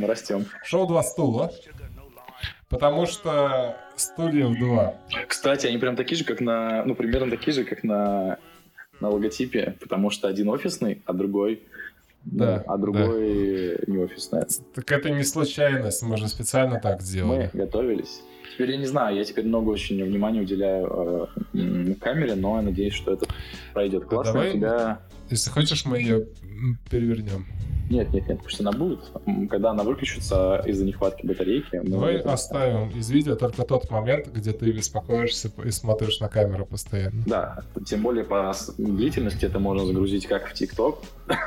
мы растем. Шоу «Два стула», потому что стульев два. Кстати, они прям такие же, как на... Ну, примерно такие же, как на логотипе, потому что один офисный, а другой... Да, а другой не офисный. Так это не случайность, мы же специально так сделали. Мы готовились. Теперь я не знаю, я теперь много очень внимания уделяю камере, но я надеюсь, что это пройдет классно. Давай, тебя... если хочешь, мы ее перевернем. Нет, пусть она будет. Когда она выключится из-за нехватки батарейки... Давай оставим из видео только тот момент, где ты беспокоишься и смотришь на камеру постоянно. Да, тем более по длительности это можно загрузить как в ТикТок.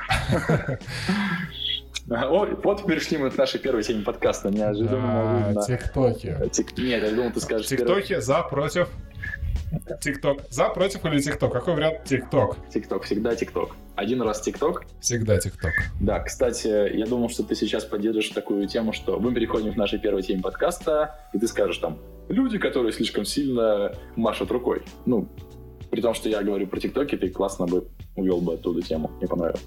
Вот перешли мы к нашей первой теме подкаста. Неожиданно. ТикТоки. Нет, я думал, ты скажешь... ТикТоки за, против... ТикТок. За, против или ТикТок? Какой вариант ТикТок? ТикТок, всегда ТикТок. Один раз ТикТок. Всегда ТикТок. Да, кстати, я думал, что ты сейчас поддержишь такую тему, что мы переходим к нашей первой теме подкаста, и ты скажешь там, люди, которые слишком сильно машут рукой. Ну, при том, что я говорю про ТикТоки, ты классно бы увел бы оттуда тему. Мне понравилось.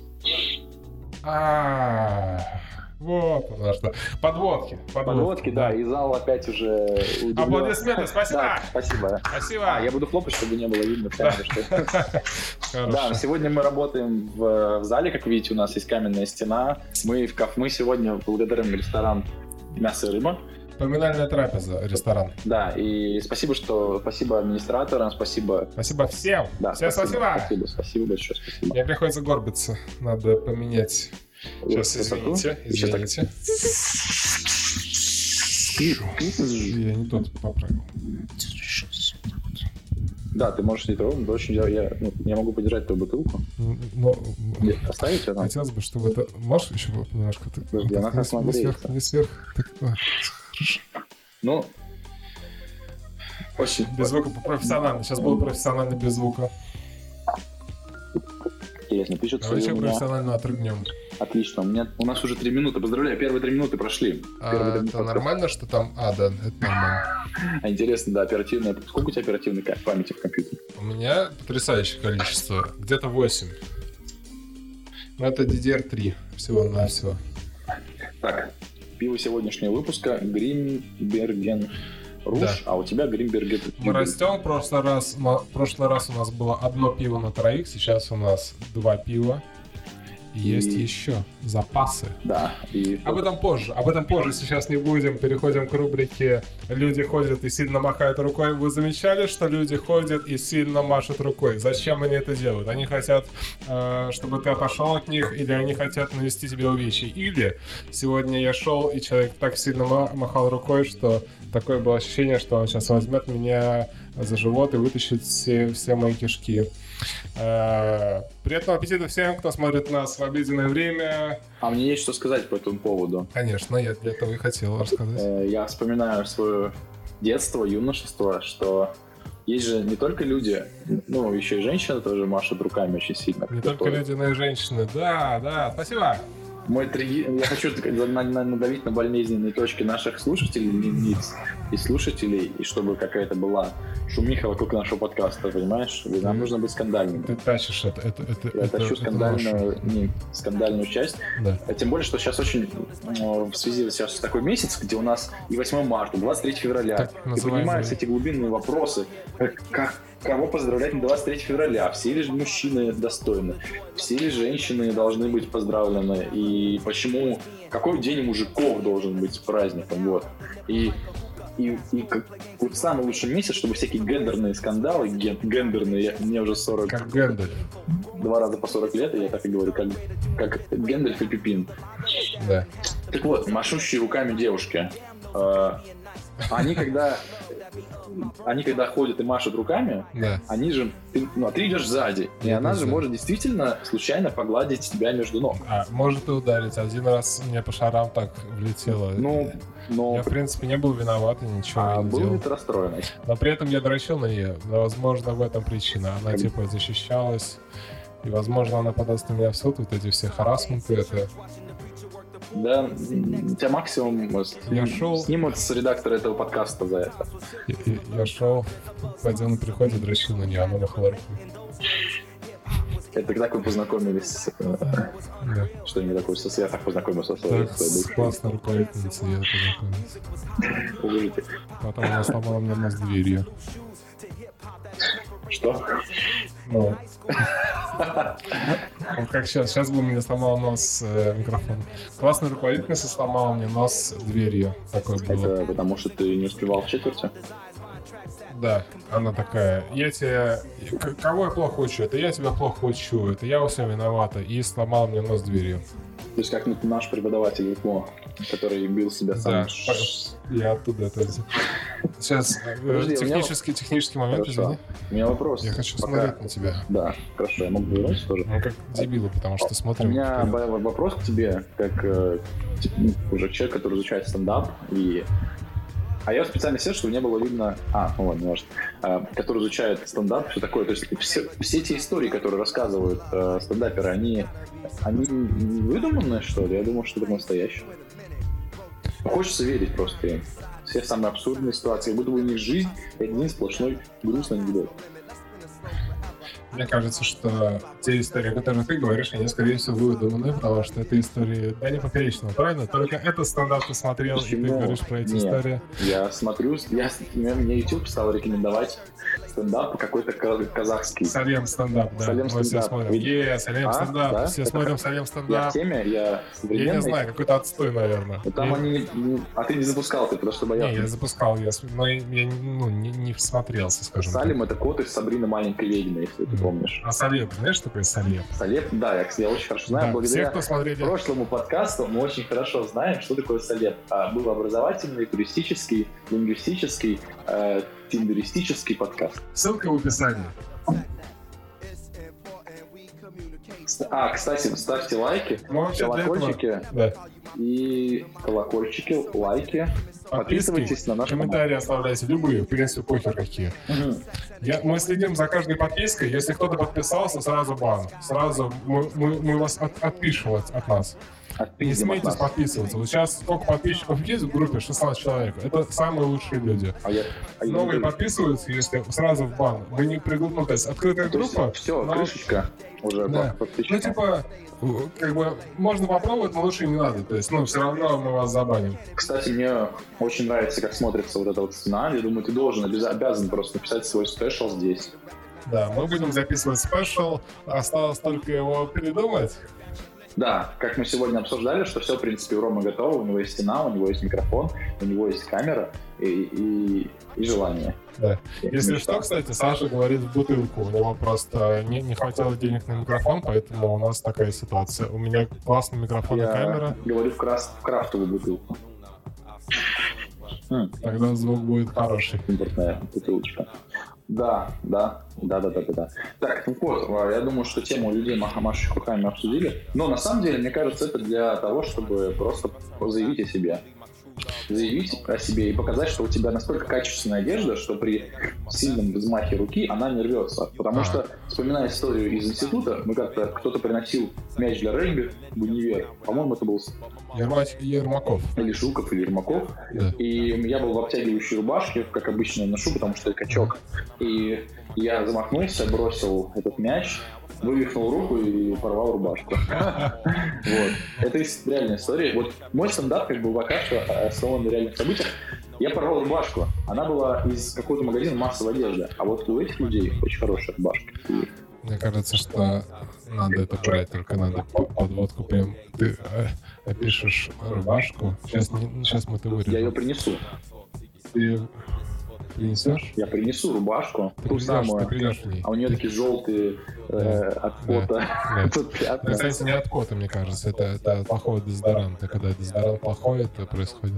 Вот оно что. Подводки, да, и зал опять уже... Аплодисменты, спасибо! Да, спасибо. Я буду хлопать, чтобы не было видно. Да, сегодня мы работаем в зале, как видите, у нас есть каменная стена. Мы сегодня благодарим ресторан «Мясо и рыба». Поминальная трапеза, ресторан. Да, и спасибо администраторам, спасибо... Спасибо всем! Да, всем спасибо! Спасибо большое, спасибо. Мне приходится горбиться, надо поменять... Сейчас, извините. Я не тот поправил. Да, ты можешь сидеть ровно, очень я могу подержать твою бутылку. Но... Оставить ее? Хотелось бы, чтобы это... Можешь еще немножко... Не сверху. Хорошо. Ну... Очень... Без звука профессионально. Сейчас буду профессионально без звука. Интересно, пишут, давай еще профессионально отрыгнем. Отлично, у нас уже 3 минуты. Поздравляю, первые 3 минуты прошли. Это нормально, что там... да, это нормально. Интересно, да, оперативная... Сколько у тебя оперативной памяти в компьютере? У меня потрясающее количество. Где-то 8. Но это DDR3 всего-навсего. Так, пиво сегодняшнего выпуска Гринберген Руж, да. А у тебя Гринберген... Мы растем. В прошлый раз у нас было одно пиво на троих, сейчас у нас 2 пива. Есть еще запасы. Да. Об этом позже. Сейчас не будем. Переходим к рубрике «Люди ходят и сильно махают рукой». Вы замечали, что люди ходят и сильно машут рукой? Зачем они это делают? Они хотят, чтобы ты отошел от них, или они хотят нанести тебе увечья? Или сегодня я шел, и человек так сильно махал рукой, что такое было ощущение, что он сейчас возьмет меня за живот и вытащит все мои кишки. Приятного аппетита всем, кто смотрит нас в обеденное время. А мне есть что сказать по этому поводу. Конечно, я для этого и хотел рассказать. Я вспоминаю свое детство, юношество, что есть же не только люди, ну, еще и женщины тоже машут руками очень сильно. Не только люди, но и женщины. Да, спасибо. Я хочу надавить на болезненные точки наших слушателей и слушателей, и чтобы какая-то была шумиха вокруг нашего подкаста, понимаешь? Нам нужно быть скандальными. Ты тащишь это. Я тащу скандальную часть. Да. Тем более, что сейчас очень в связи сейчас такой месяц, где у нас и 8 марта, 23 февраля, и поднимаются эти глубинные вопросы, кого поздравлять на 23 февраля? Все ли мужчины достойны? Все ли женщины должны быть поздравлены? И почему? Какой день мужиков должен быть праздником? Вот. И вот самый лучший месяц, чтобы всякие гендерные скандалы, мне уже 40... Как Гэндальф. 2 раза по 40 лет, и я так и говорю, как Гэндальф и Пипин. Да. Так вот, машущие руками девушки. Они когда ходят и машут руками, да. Они же... ты идешь сзади, и она же может действительно случайно погладить тебя между ног. Может и ударить. Один раз мне по шарам так влетело. Я, в принципе, не был виноват и ничего не делал. Был ли ты расстроенный? Но при этом я дрочил на нее. Возможно, в этом причина. Она, защищалась. И, возможно, она подаст на меня в суд. Вот эти все харассменты, это... Да, тебя максимум снимут с редактора этого подкаста за это. Я шел, пойдем на приходе, дрочил на нее, она махала рукой. Это как вы познакомились? Да. Что не такое? Я так познакомился с своей с классной руководительницей я познакомился. Ужите. Потом она сломала мне нос дверью. Что? Ну. Вот как сейчас. Сейчас бы мне сломал нос микрофон. Классная руководительница сломала мне нос дверью. Такое было. Это потому что ты не успевал в четверти? Да, она такая, кого я плохо учу? Это я тебя плохо учу, это я во всем виновата. И сломала мне нос дверью. То есть как наш преподаватель ИКМО, который бил себя сам. Да, я оттуда это взял. Сейчас, технический момент, хорошо. Извини. У меня вопрос. Я хочу смотреть на тебя. Да, хорошо, я могу вернуться тоже. Ну, как дебилы, потому что смотрим. У меня вопрос к тебе, как уже человек, который изучает стендап, а я специально сел, чтобы не было видно... ну ладно, не важно. Который изучает стендап, все такое. То есть все эти истории, которые рассказывают стендаперы, они выдуманные, что ли? Я думал, что это настоящее. Хочется верить просто им. Все самые абсурдные ситуации. Как будто бы у них жизнь — один сплошной грустный анекдот. Мне кажется, что те истории, которые ты говоришь, они, скорее всего, выдуманы, потому что это истории Дани Поперечного, правильно? Только этот стендап ты смотрел, Почему? И ты говоришь про эти истории. Я смотрю, мне YouTube стал рекомендовать стендап какой-то казахский. Салем стендап, да. Салем Мы все стендап. смотрим. Салем стендап. Да? Все смотрим Салем Я стендап. в теме, я современный. Я не знаю, какой-то отстой, наверное. Там они... А ты не запускал, ты просто боялся. Не, я запускал, но я не всмотрелся, скажем так. Салем — это кот из «Сабрины маленькой ведьмы», если ты помнишь. А Салеп, знаешь, что такое Салеп? Салеп, да, я очень хорошо знаю. Да, Благодаря все, кто смотрели... прошлому подкасту мы очень хорошо знаем, что такое Салеп. Был образовательный, туристический, лингвистический, тиндеристический подкаст. Ссылка в описании. Кстати, ставьте лайки, колокольчики, да. и колокольчики, лайки. Подписывайтесь на наш комментарии оставляйте любые, в принципе, похер какие. Мы следим за каждой подпиской. Если кто-то подписался, сразу бан. Сразу мы вас отпишем от нас. Не смейтесь подписываться. Вот сейчас сколько подписчиков есть в группе? 16 человек. Это самые лучшие люди. Новые подписываются, если сразу в бан. Вы не приглупны. То есть открытая группа. Все, крышечка уже. Да. Как бы можно попробовать, но лучше не надо. То есть, все равно мы вас забаним. Кстати, мне очень нравится, как смотрится вот эта вот стена. Я думаю, ты обязан просто написать свой спешл здесь. Да, мы будем записывать спешл. Осталось только его передумать. Да, как мы сегодня обсуждали, что все, в принципе, у Ромы готово. У него есть стена, у него есть микрофон, у него есть камера и желание. Да. Если что, кстати, Саша говорит в бутылку. У него просто не хватило денег на микрофон, поэтому у нас такая ситуация. У меня классный микрофон и камера. Я говорю в крафтовую бутылку. Тогда звук будет хороший. Импортная бутылочка. Да. Так, я думаю, что тему людей, машущих руками, обсудили. Но на самом деле, мне кажется, это для того, чтобы просто заявить о себе. Заявить о себе и показать, что у тебя настолько качественная одежда, что при сильном взмахе руки она не рвется. Потому что, вспоминая историю из института, кто-то приносил мяч для регби в универ. По-моему, это был Ермаков. Или Жуков, или Ермаков. Да. И я был в обтягивающей рубашке, как обычно я ношу, потому что я качок. И я замахнулся, бросил этот мяч, вывихнул руку и порвал рубашку. Вот. Это реальная история. Вот мой стендап, пока что основан на реальных событиях. Я порвал рубашку. Она была из какого-то магазина массовой одежды. А вот у этих людей очень хорошая рубашка. Мне кажется, что надо это брать, только надо подводку прям. Ты опишешь рубашку. Сейчас мы это вырежем. Я ее принесу. Ты принесешь? Я принесу рубашку. Ту самую. А у нее такие желтые от пота. Кстати, не от пота, мне кажется. Это от плохого дезодоранта. Когда дезодорант плохой, это происходит.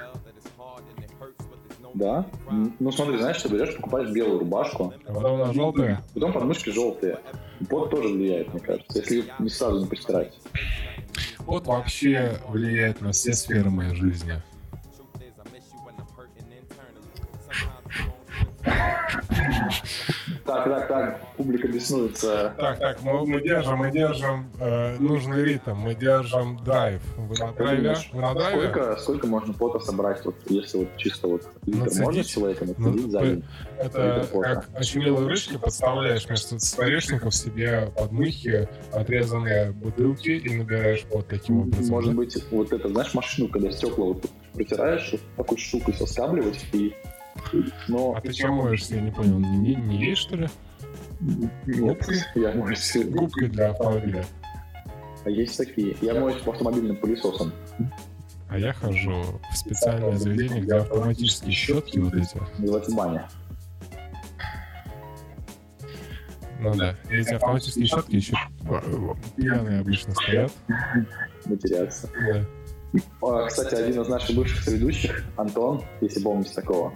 Да? Ну смотри, знаешь, ты берешь, покупаешь белую рубашку. А потом она желтая? Потом подмышки желтые. Пот тоже влияет, мне кажется, если не сразу не постирать. Пот вообще влияет на все сферы моей жизни. Так, публика беснуется. Так, мы держим нужный ритм, мы держим драйв. Вы на драйве? Сколько можно пота собрать, вот, если вот чисто вот литр можно человека нацедить за день? Это как очумелые ручки подставляешь между скворечников себе под мыхи отрезанные бутылки и набираешь пот таким образом. Может быть, вот это, знаешь, машину, когда стекла вот протираешь, такой штукой соскабливать и... Но... А ты чем моешься, я не понял, не есть, что ли? Губкой? Я моюсь губкой для автомобиля. А есть такие. Я моюсь автомобильным пылесосом. А я хожу в специальное заведение, где автоматические щетки вот эти. Называется баня. Ну да. Эти автоматические щетки еще пьяные обычно стоят. Матерятся. Да. Кстати, один из наших бывших ведущих, Антон, если помните такого.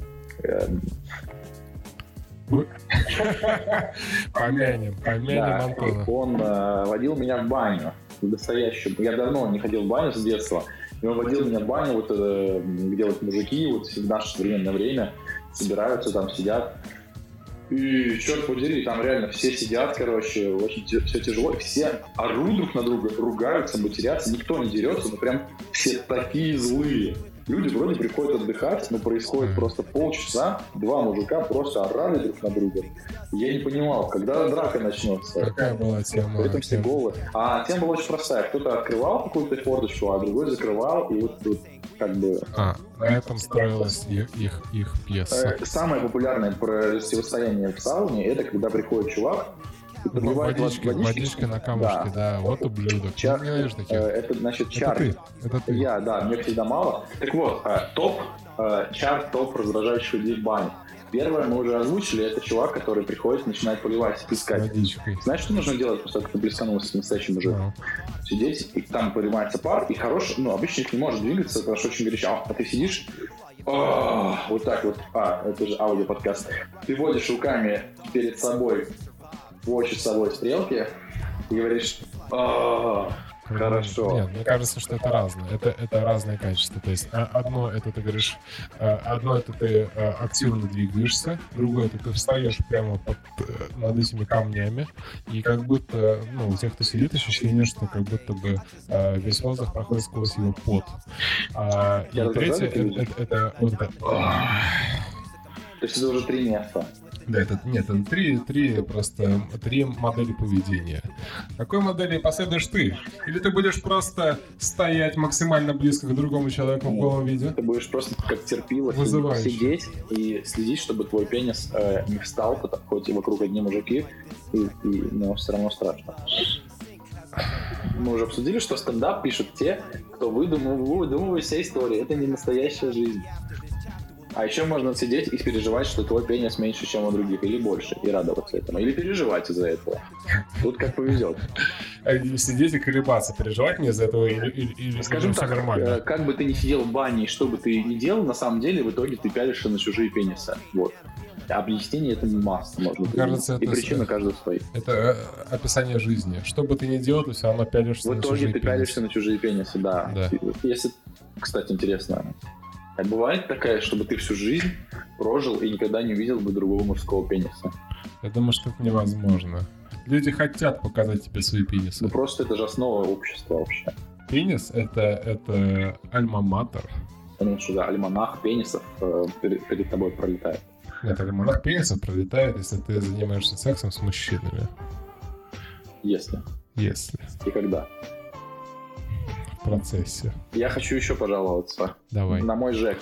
Помянем Антона. Он водил меня в баню, настоящую. Я давно не ходил в баню с детства. И он водил меня в баню, вот, где вот мужики вот в наше современное время собираются, там сидят. И, черт подери, там реально все сидят, короче, очень все тяжело. Все орут друг на друга, ругаются, матерятся, никто не дерется, но прям все такие злые. Люди вроде приходят отдыхать, но происходит просто полчаса, два мужика просто орали друг на друга. Я не понимал, когда драка начнется. Какая была тема? При этом все голые. А тема была очень простая. Кто-то открывал какую-то форточку, а другой закрывал, и вот тут как бы... На этом строилась их пьеса. Самое популярное противостояние в сауне — это когда приходит чувак, водичка на камушке, да. Вот ублюдок. Это, значит, чар. Это ты. Я, да, мне всегда мало. Так вот, чар топ раздражающих людей в бане. Первое мы уже озвучили, это чувак, который приходит, начинает поливать, плескать. Водичкой. Знаешь, что нужно делать после того, как ты плесканулся с настоящим мужиком? Сидеть, и там поднимается пар, и хороший, обычно не может двигаться, потому что очень горячо. А ты сидишь, вот так вот, это же аудиоподкаст. Ты водишь руками перед собой по часовой стрелке и говоришь: хорошо. Нет, мне кажется, что это разное. Это разные качества. То есть одно это ты говоришь, одно это ты активно двигаешься, другое это ты встаешь прямо над этими камнями, и как будто, у тех, кто сидит, ощущение, что как будто бы весь воздух проходит сквозь его пот. И третье это вот это. То есть это уже 3 места. Да, это три модели поведения. Какой модели последуешь ты? Или ты будешь просто стоять максимально близко к другому человеку в голом виде? Ты будешь просто как терпило сидеть и следить, чтобы твой пенис не встал, хоть и вокруг одни мужики, но все равно страшно. Мы уже обсудили, что стендап пишут те, кто выдумывает все истории. Это не настоящая жизнь. А еще можно сидеть и переживать, что твой пенис меньше, чем у других, или больше, и радоваться этому, или переживать из-за этого. Тут как повезет. Сидеть и колебаться, переживать мне из-за этого, или скажем так, нормально? Как бы ты ни сидел в бане, и что бы ты ни делал, на самом деле в итоге ты пялишься на чужие пенисы. Вот. Объяснение это масса можно. Кажется, и причина каждого своей. Это описание жизни. Что бы ты ни делал, ты все равно пялишься на чужие пенисы. В итоге ты пялишься на чужие пенисы, да. Если, кстати, интересно, а бывает такая, чтобы ты всю жизнь прожил и никогда не увидел бы другого мужского пениса? Я думаю, что это невозможно. Люди хотят показать тебе свои пенисы. Просто это же основа общества вообще. Пенис — это альма-матер. Потому что, да, альманах пенисов перед тобой пролетает. Нет, альманах пенисов пролетает, если ты занимаешься сексом с мужчинами. Если. И когда? В процессе. Я хочу еще пожаловаться. Давай. На мой ЖЭК.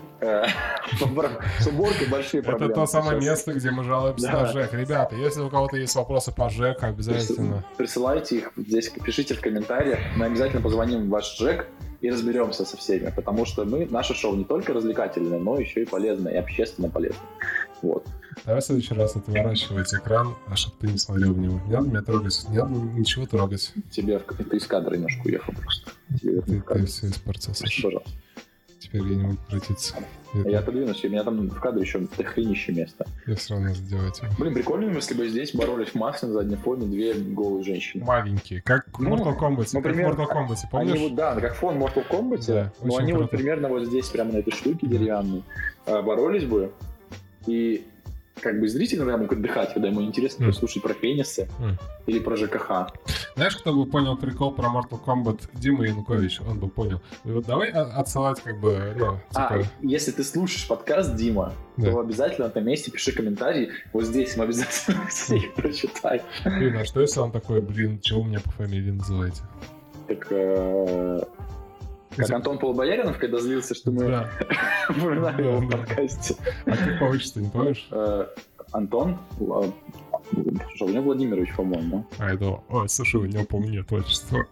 С уборкой большие проблемы. Это то самое место, где мы жалуемся на ЖЭК. Ребята, если у кого-то есть вопросы по ЖЭК, обязательно присылайте их здесь, пишите в комментариях. Мы обязательно позвоним в ваш ЖЭК и разберемся со всеми, потому что наше шоу не только развлекательное, но еще и полезное, и общественно полезное. Вот. Давай в следующий раз отворачивать экран, чтобы ты не смотрел в него. Не надо меня трогать, не надо ничего трогать. Ты из кадра немножко уехал просто. Ты все испортил, Саша. Пожалуйста. Теперь я не могу прекратиться. Я отодвинусь, у меня там в кадре еще дохренище места. Я все равно задевать его. Блин, прикольно, если бы здесь боролись в массе на заднем фоне 2 голые женщины. Маленькие, как в Mortal Kombat. Например, как в Mortal Kombat, помнишь? Да, как фон Mortal Kombat, да, но они вот примерно вот здесь, прямо на этой штуке деревянной, боролись бы, и как бы зритель иногда мог отдыхать, когда ему интересно послушать про пенисы или про ЖКХ. Знаешь, кто бы понял прикол про Mortal Kombat? Дима Янукович, он бы понял. И вот давай отсылать как бы, ну, типа... Если ты слушаешь подкаст, Дима, то обязательно на этом месте пиши комментарий. Вот здесь мы обязательно все их прочитаем. Блин, а что если он такой, чего вы меня по фамилии называете? Так, как Антон Полубояринов, когда злился, что мы упоминали его в подкасте. А как по-отчеству, не помнишь? Антон... Слушай, у него Владимирович, по-моему, да? Это... Ой, слушай, у него, по-моему, нет отчества.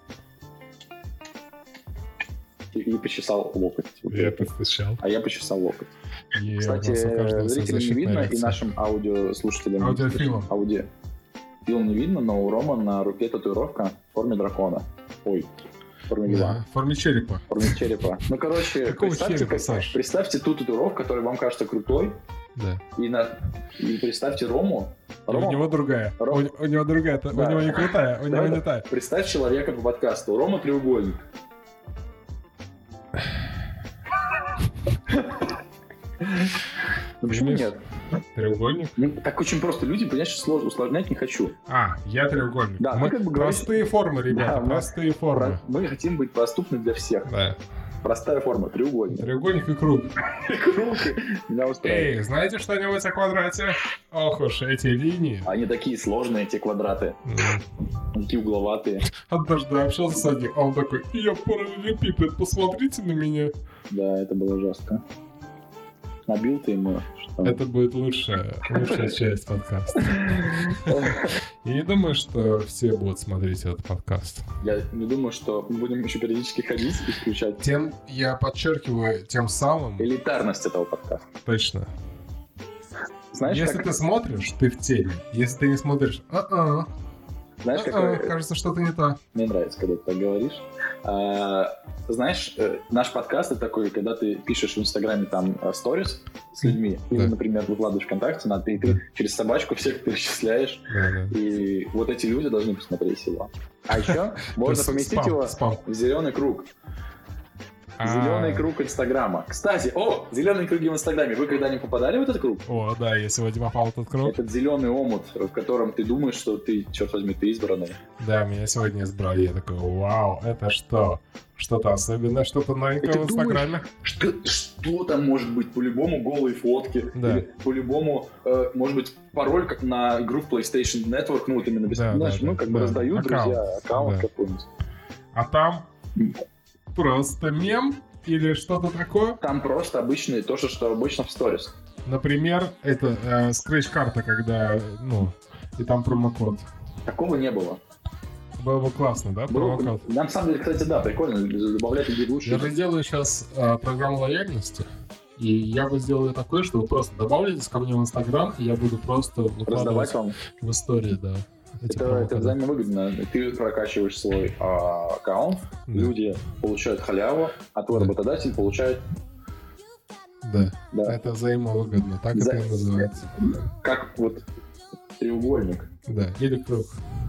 И почесал локоть. Я почесал. А я почесал локоть. Кстати, зрителям не видно, и нашим аудиослушателям... Аудиофилам. Филм не видно, но у Рома на руке татуировка в форме дракона. Ой. В форме льва. Да, в форме черепа. В форме черепа. Ну, короче, представьте ту татуировку, которая вам кажется крутой. Да. И представьте Рому. У него другая. У него другая. У него не крутая, у него не та. Представь человека по подкасту. Рома треугольник. Ну почему нет? Треугольник? Так очень просто. Люди, понимаешь, сложно, усложнять не хочу. Я треугольник. Да, мы как бы простые формы, ребята, простые формы. Мы хотим быть доступны для всех. Да. Простая форма, треугольник. Треугольник и круг. Круг меня устраивает. Эй, знаете что-нибудь о квадрате? Ох уж эти линии. Они такие сложные, эти квадраты. Такие угловатые. Однажды общался с одним, а он такой: я параллелепипед, посмотрите на меня. Да, это было жестко. Набил ты ему. Это будет лучшая часть подкаста. Я не думаю, что все будут смотреть этот подкаст. Я не думаю, что мы будем еще периодически ходить и включать. Я подчеркиваю тем самым... элитарность этого подкаста. Точно. Знаешь, если ты смотришь, ты в теме. Если ты не смотришь, знаешь, как... кажется, что-то не то. Мне нравится, когда ты так говоришь. Знаешь, наш подкаст — это такой, когда ты пишешь в Инстаграме там сторис с людьми, или, например, выкладываешь ВКонтакте, и ты через собачку всех перечисляешь, и вот эти люди должны посмотреть его. А еще можно поместить его в зеленый круг. Зеленый круг Инстаграма. Кстати, зеленые круги в Инстаграме. Вы когда-нибудь попадали в этот круг? О, да, я сегодня попал в этот круг. Этот зеленый омут, в котором ты думаешь, что ты, черт возьми, ты избранный. Да, меня сегодня избрали. Я такой: вау, это что? Что-то особенное, что-то новенькое в Инстаграме. Что там может быть? По-любому голые фотки. Да. Или по-любому, может быть, пароль как на игру в PlayStation Network, ну вот именно без... знаешь, бы раздают друзья аккаунт какой-нибудь. А там... просто мем или что-то такое? Там просто обычный, то, что обычно в сторис. Например, это скретч-карта, когда, и там промокод. Такого не было. Было бы классно, да, промокод? На самом деле, кстати, да, прикольно, добавлять людей лучше. Я же делаю сейчас программу лояльности, и я бы сделал такое, что вы просто добавляетесь ко мне в Инстаграм, и я буду просто выкладывать вам в истории, да. Это взаимовыгодно. Ты прокачиваешь свой аккаунт, люди получают халяву, а твой работодатель получает... Да, это взаимовыгодно, так это и называется. Как вот треугольник. Да, или круг.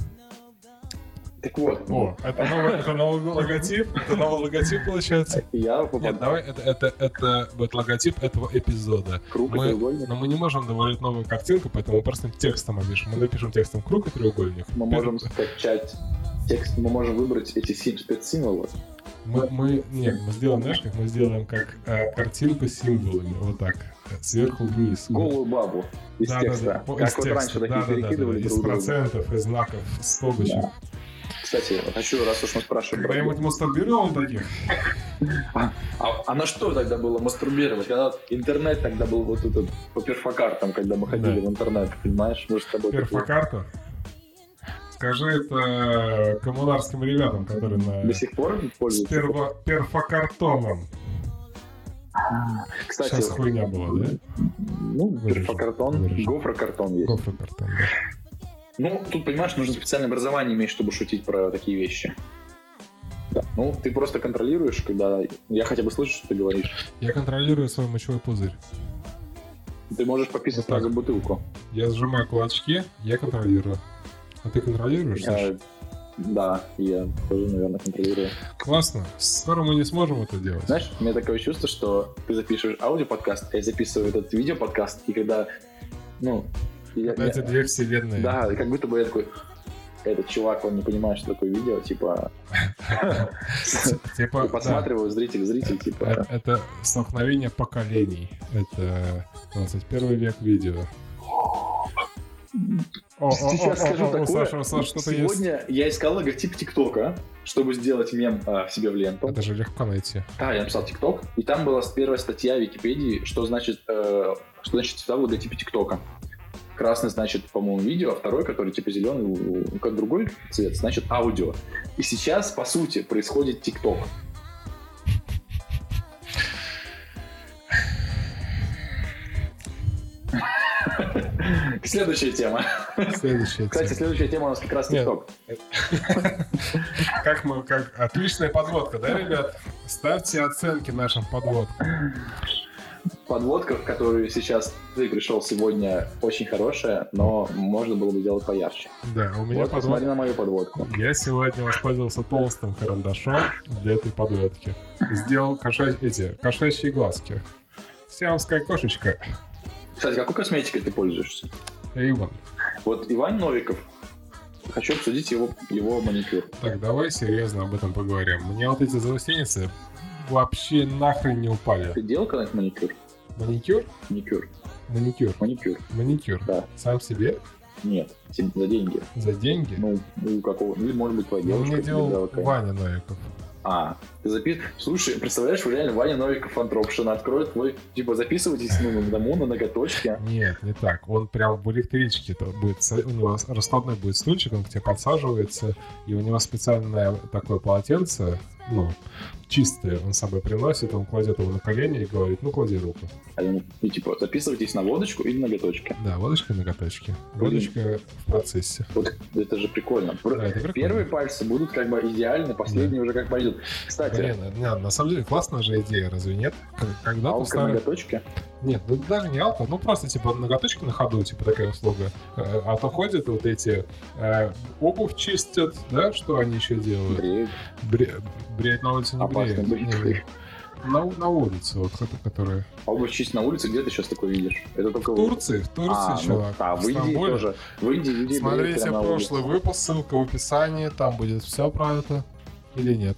Так вот. Это новый логотип? Это новый логотип, получается? Нет, давай, это будет логотип этого эпизода. Круг и треугольник. Но мы не можем добавить новую картинку, поэтому мы просто текстом опишем. Мы напишем текстом круг и треугольник. Мы можем скачать текст, мы можем выбрать эти спецсимволы. Мы сделаем, знаешь, как мы сделаем как картинку с символами, вот так, сверху вниз. Голую бабу из текста. Как из вот раньше такие перекидывали друг друга. Из процентов, из знаков, скобочек. Да. Кстати, хочу, раз уж мы спрашиваем... Когда-нибудь мастурбировал таких? А на что тогда было мастурбировать? Когда интернет тогда был вот этот по перфокартам, когда мы ходили в интернет, понимаешь? Мы же с тобой... Перфокарта? Скажи это коммунарским ребятам, которые до сих пор пользуются? С перфокартоном. Кстати, сейчас хуйня была, да? Перфокартон, гофрокартон есть. Гофрокартон, да. Тут, понимаешь, нужно специальное образование иметь, чтобы шутить про такие вещи. Да. Ты просто контролируешь, когда... Я хотя бы слышу, что ты говоришь. Я контролирую свой мочевой пузырь. Ты можешь пописать сразу бутылку. Я сжимаю кулачки, я контролирую. А ты контролируешь, Саша? Да, я тоже, наверное, контролирую. Классно. Скоро мы не сможем это делать. Знаешь, у меня такое чувство, что ты запишешь аудиоподкаст, а я записываю этот видеоподкаст, и когда ну... Эти две вселенные. Да, как будто бы я такой... Этот чувак, он не понимает, что такое видео, типа... Посматриваю, зритель, типа... Это столкновение поколений. Это 21 век видео. Сейчас скажу такое. Саша, что-то сегодня я искал логотип ТикТока, чтобы сделать мем себе в ленту. Это же легко найти. Да, я написал ТикТок, и там была первая статья в Википедии, что значит цвета в логотипе ТикТока. Красный значит, по-моему, видео, а второй, который типа зеленый, как другой цвет, значит аудио. И сейчас, по сути, происходит ТикТок. Следующая тема. Кстати, следующая тема у нас как раз ТикТок. Как отличная подводка, да, ребят? Ставьте оценки нашим подводкам. Подводка, в которую сейчас ты пришел сегодня, очень хорошая, но можно было бы сделать поярче. Да, у меня вот посмотри на мою подводку. Я сегодня воспользовался толстым карандашом для этой подводки. Сделал кошачьи глазки. Сиамская кошечка. Кстати, какой косметикой ты пользуешься? Avon. Вот Иван Новиков. Хочу обсудить его маникюр. Так, давай серьезно об этом поговорим. Мне вот эти заусеницы вообще нахрен не упали. Ты делал когда-нибудь маникюр? Маникюр? Маникюр. Маникюр. Да. Сам себе? Нет, за деньги. За деньги? Ну какого? Или, может быть, твоя девушка. Мне делал Ваня Новиков. Ты записываешь... Слушай, представляешь, реально Ваня Новиков фантропшин откроет твой... Типа, записывайтесь на дому, на ноготочке. Нет, не так. Он прям в электричке будет... У него раскладной будет стульчик, он к тебе подсаживается, и у него специальное такое полотенце, чистое, он с собой приносит, он кладет его на колени и говорит, клади руку. Типа, записывайтесь на водочку или ноготочки. Да, водочка и ноготочки. Водочка в процессе. Вот это же прикольно. Да, это прикольно. Первые пальцы будут как бы идеальны, последние уже как пойдут. Кстати... Блин, на самом деле классная же идея, разве нет? Когда алка ноготочки? Нет, даже не алка, просто типа ноготочки на ходу, типа такая услуга. А то ходят вот эти обувь чистят, да, что они еще делают? Бреют на улице не бреют. На улице, вот которые... Обувь чистить на улице, где ты сейчас такое видишь? Это только в Турции, чувак. В Индии тоже. В Индии смотрите прошлый выпуск, ссылка в описании, там будет все про это. Или нет?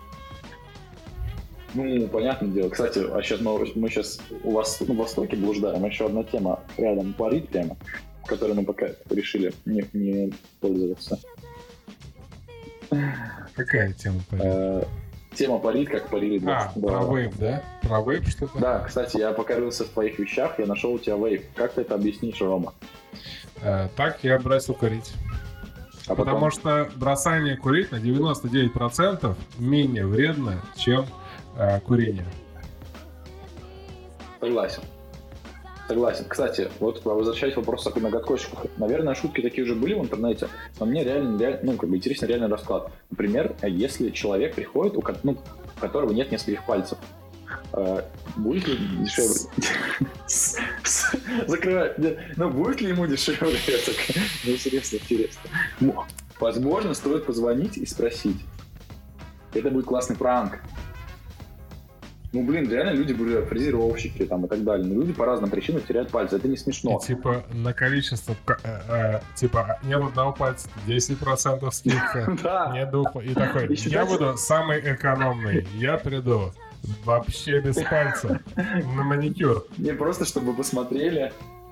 Понятное дело. Кстати, а сейчас мы сейчас у вас на востоке блуждаем. Еще одна тема рядом парит прямо, которой мы пока решили не пользоваться. Какая тема парит? Тема парит, как парили. Про вейп, да? Про вейп что-то? Да, кстати, я покорился в твоих вещах, я нашел у тебя вейп. Как ты это объяснишь, Рома? Так я бросил курить. Потому что бросание курить на 99% менее вредно, чем курение. Согласен. Кстати, вот возвращаясь к вопросу о ноготочках. Наверное, шутки такие уже были в интернете, но мне реально интересен реальный расклад. Например, если человек приходит, у которого нет нескольких пальцев, будет ли дешевле? Закрывай. Будет ли ему дешевле? Интересно. Возможно, стоит позвонить и спросить. Это будет классный пранк. Реально люди были фрезеровщики там и так далее. Но люди по разным причинам теряют пальцы. Это не смешно. И типа на количество, нет одного пальца, 10% скидка. Да. Нет двух. И такой, я буду самый экономный. Я приду вообще без пальца на маникюр. Не просто, чтобы посмотрели.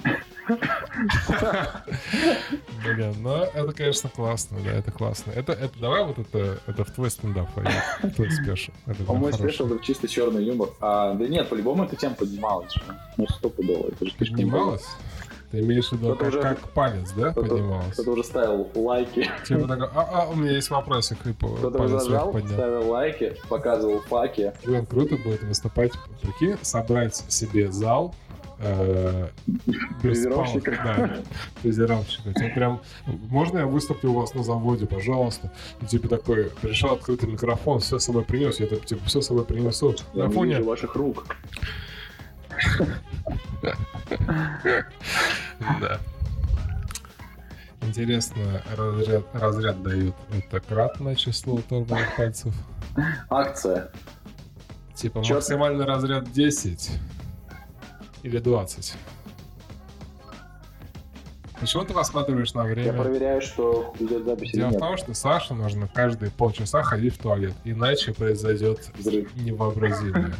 Блин, это, конечно, классно, да, это классно. Это давай вот это в твой стендап пойдет, в твой спешл. Мой спешл — это чисто черный юмор. Да нет, по-любому эта тема поднималась же. Стопудово. Поднималась? Ты имеешь в виду, как палец, да, поднималась? Кто-то уже ставил лайки. Типа такой, у меня есть вопросик. Кто-то уже зажал, ставил лайки, показывал факи. Блин, круто будет выступать, прикинь, собрать себе зал, фрезеровщика. Да, фрезеровщика. Прям, можно я выступлю у вас на заводе, пожалуйста? И типа такой, пришел открытый микрофон, все с собой принес, я типа все с собой принесу. Я не вижу ваших рук. Да. Интересно, разряд дают. Это кратное число торговых пальцев? Акция. Типа максимальный разряд 10 или 20? Почему ты посматриваешь на время? Я проверяю, что идет запись или Дело нет. в том, что Саше нужно каждые полчаса ходить в туалет, иначе произойдет Взрыв. невообразимое.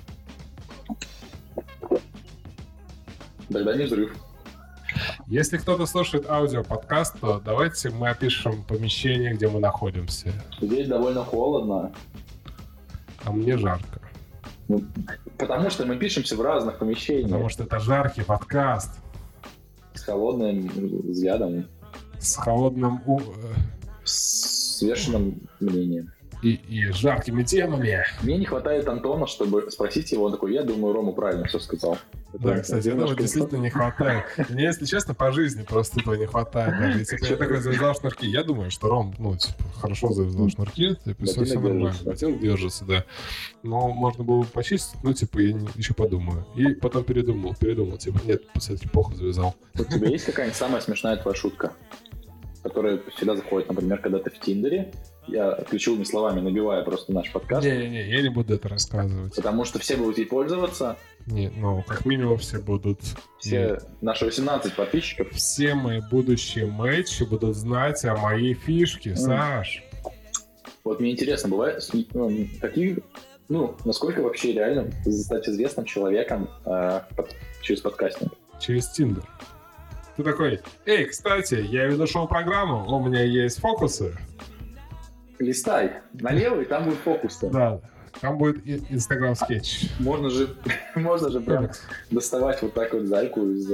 Тогда не взрыв. Если кто-то слушает аудиоподкаст, то давайте мы опишем помещение, где мы находимся. Здесь довольно холодно. А мне жарко. Ну, потому что мы пишемся в разных помещениях. Потому что это жаркий подкаст. С холодным взглядом. С холодным... С взвешенным мнением. И жаркими темами. Мне не хватает Антона, чтобы спросить его. Он такой, я думаю, Рома правильно все сказал. Да, кстати, этого действительно не хватает. Мне, если честно, по жизни просто этого не хватает даже. Если бы я такой завязал шнурки, я думаю, что Ром, хорошо завязал шнурки, все нормально. Ботинок держится, да. Но можно было бы почистить, я еще подумаю. И потом передумал, нет, кстати, плохо завязал. У тебя есть какая-нибудь самая смешная твоя шутка, которая всегда заходит, например, когда ты в Тиндере? Я ключевыми словами набиваю просто наш подкаст. Не, я не буду это рассказывать. Потому что все будут ей пользоваться. Не, как минимум все будут. Все наши 18 подписчиков. Все мои будущие матчи будут знать о моей фишке, Саш. Вот мне интересно, бывает, насколько вообще реально стать известным человеком через подкастинг? Через Тиндер. Ты такой, кстати, я веду шоу-программу, у меня есть фокусы. Листай налево, и там будет фокус. Да, там будет Инстаграм-скетч. Можно же прям доставать вот так вот зайку из,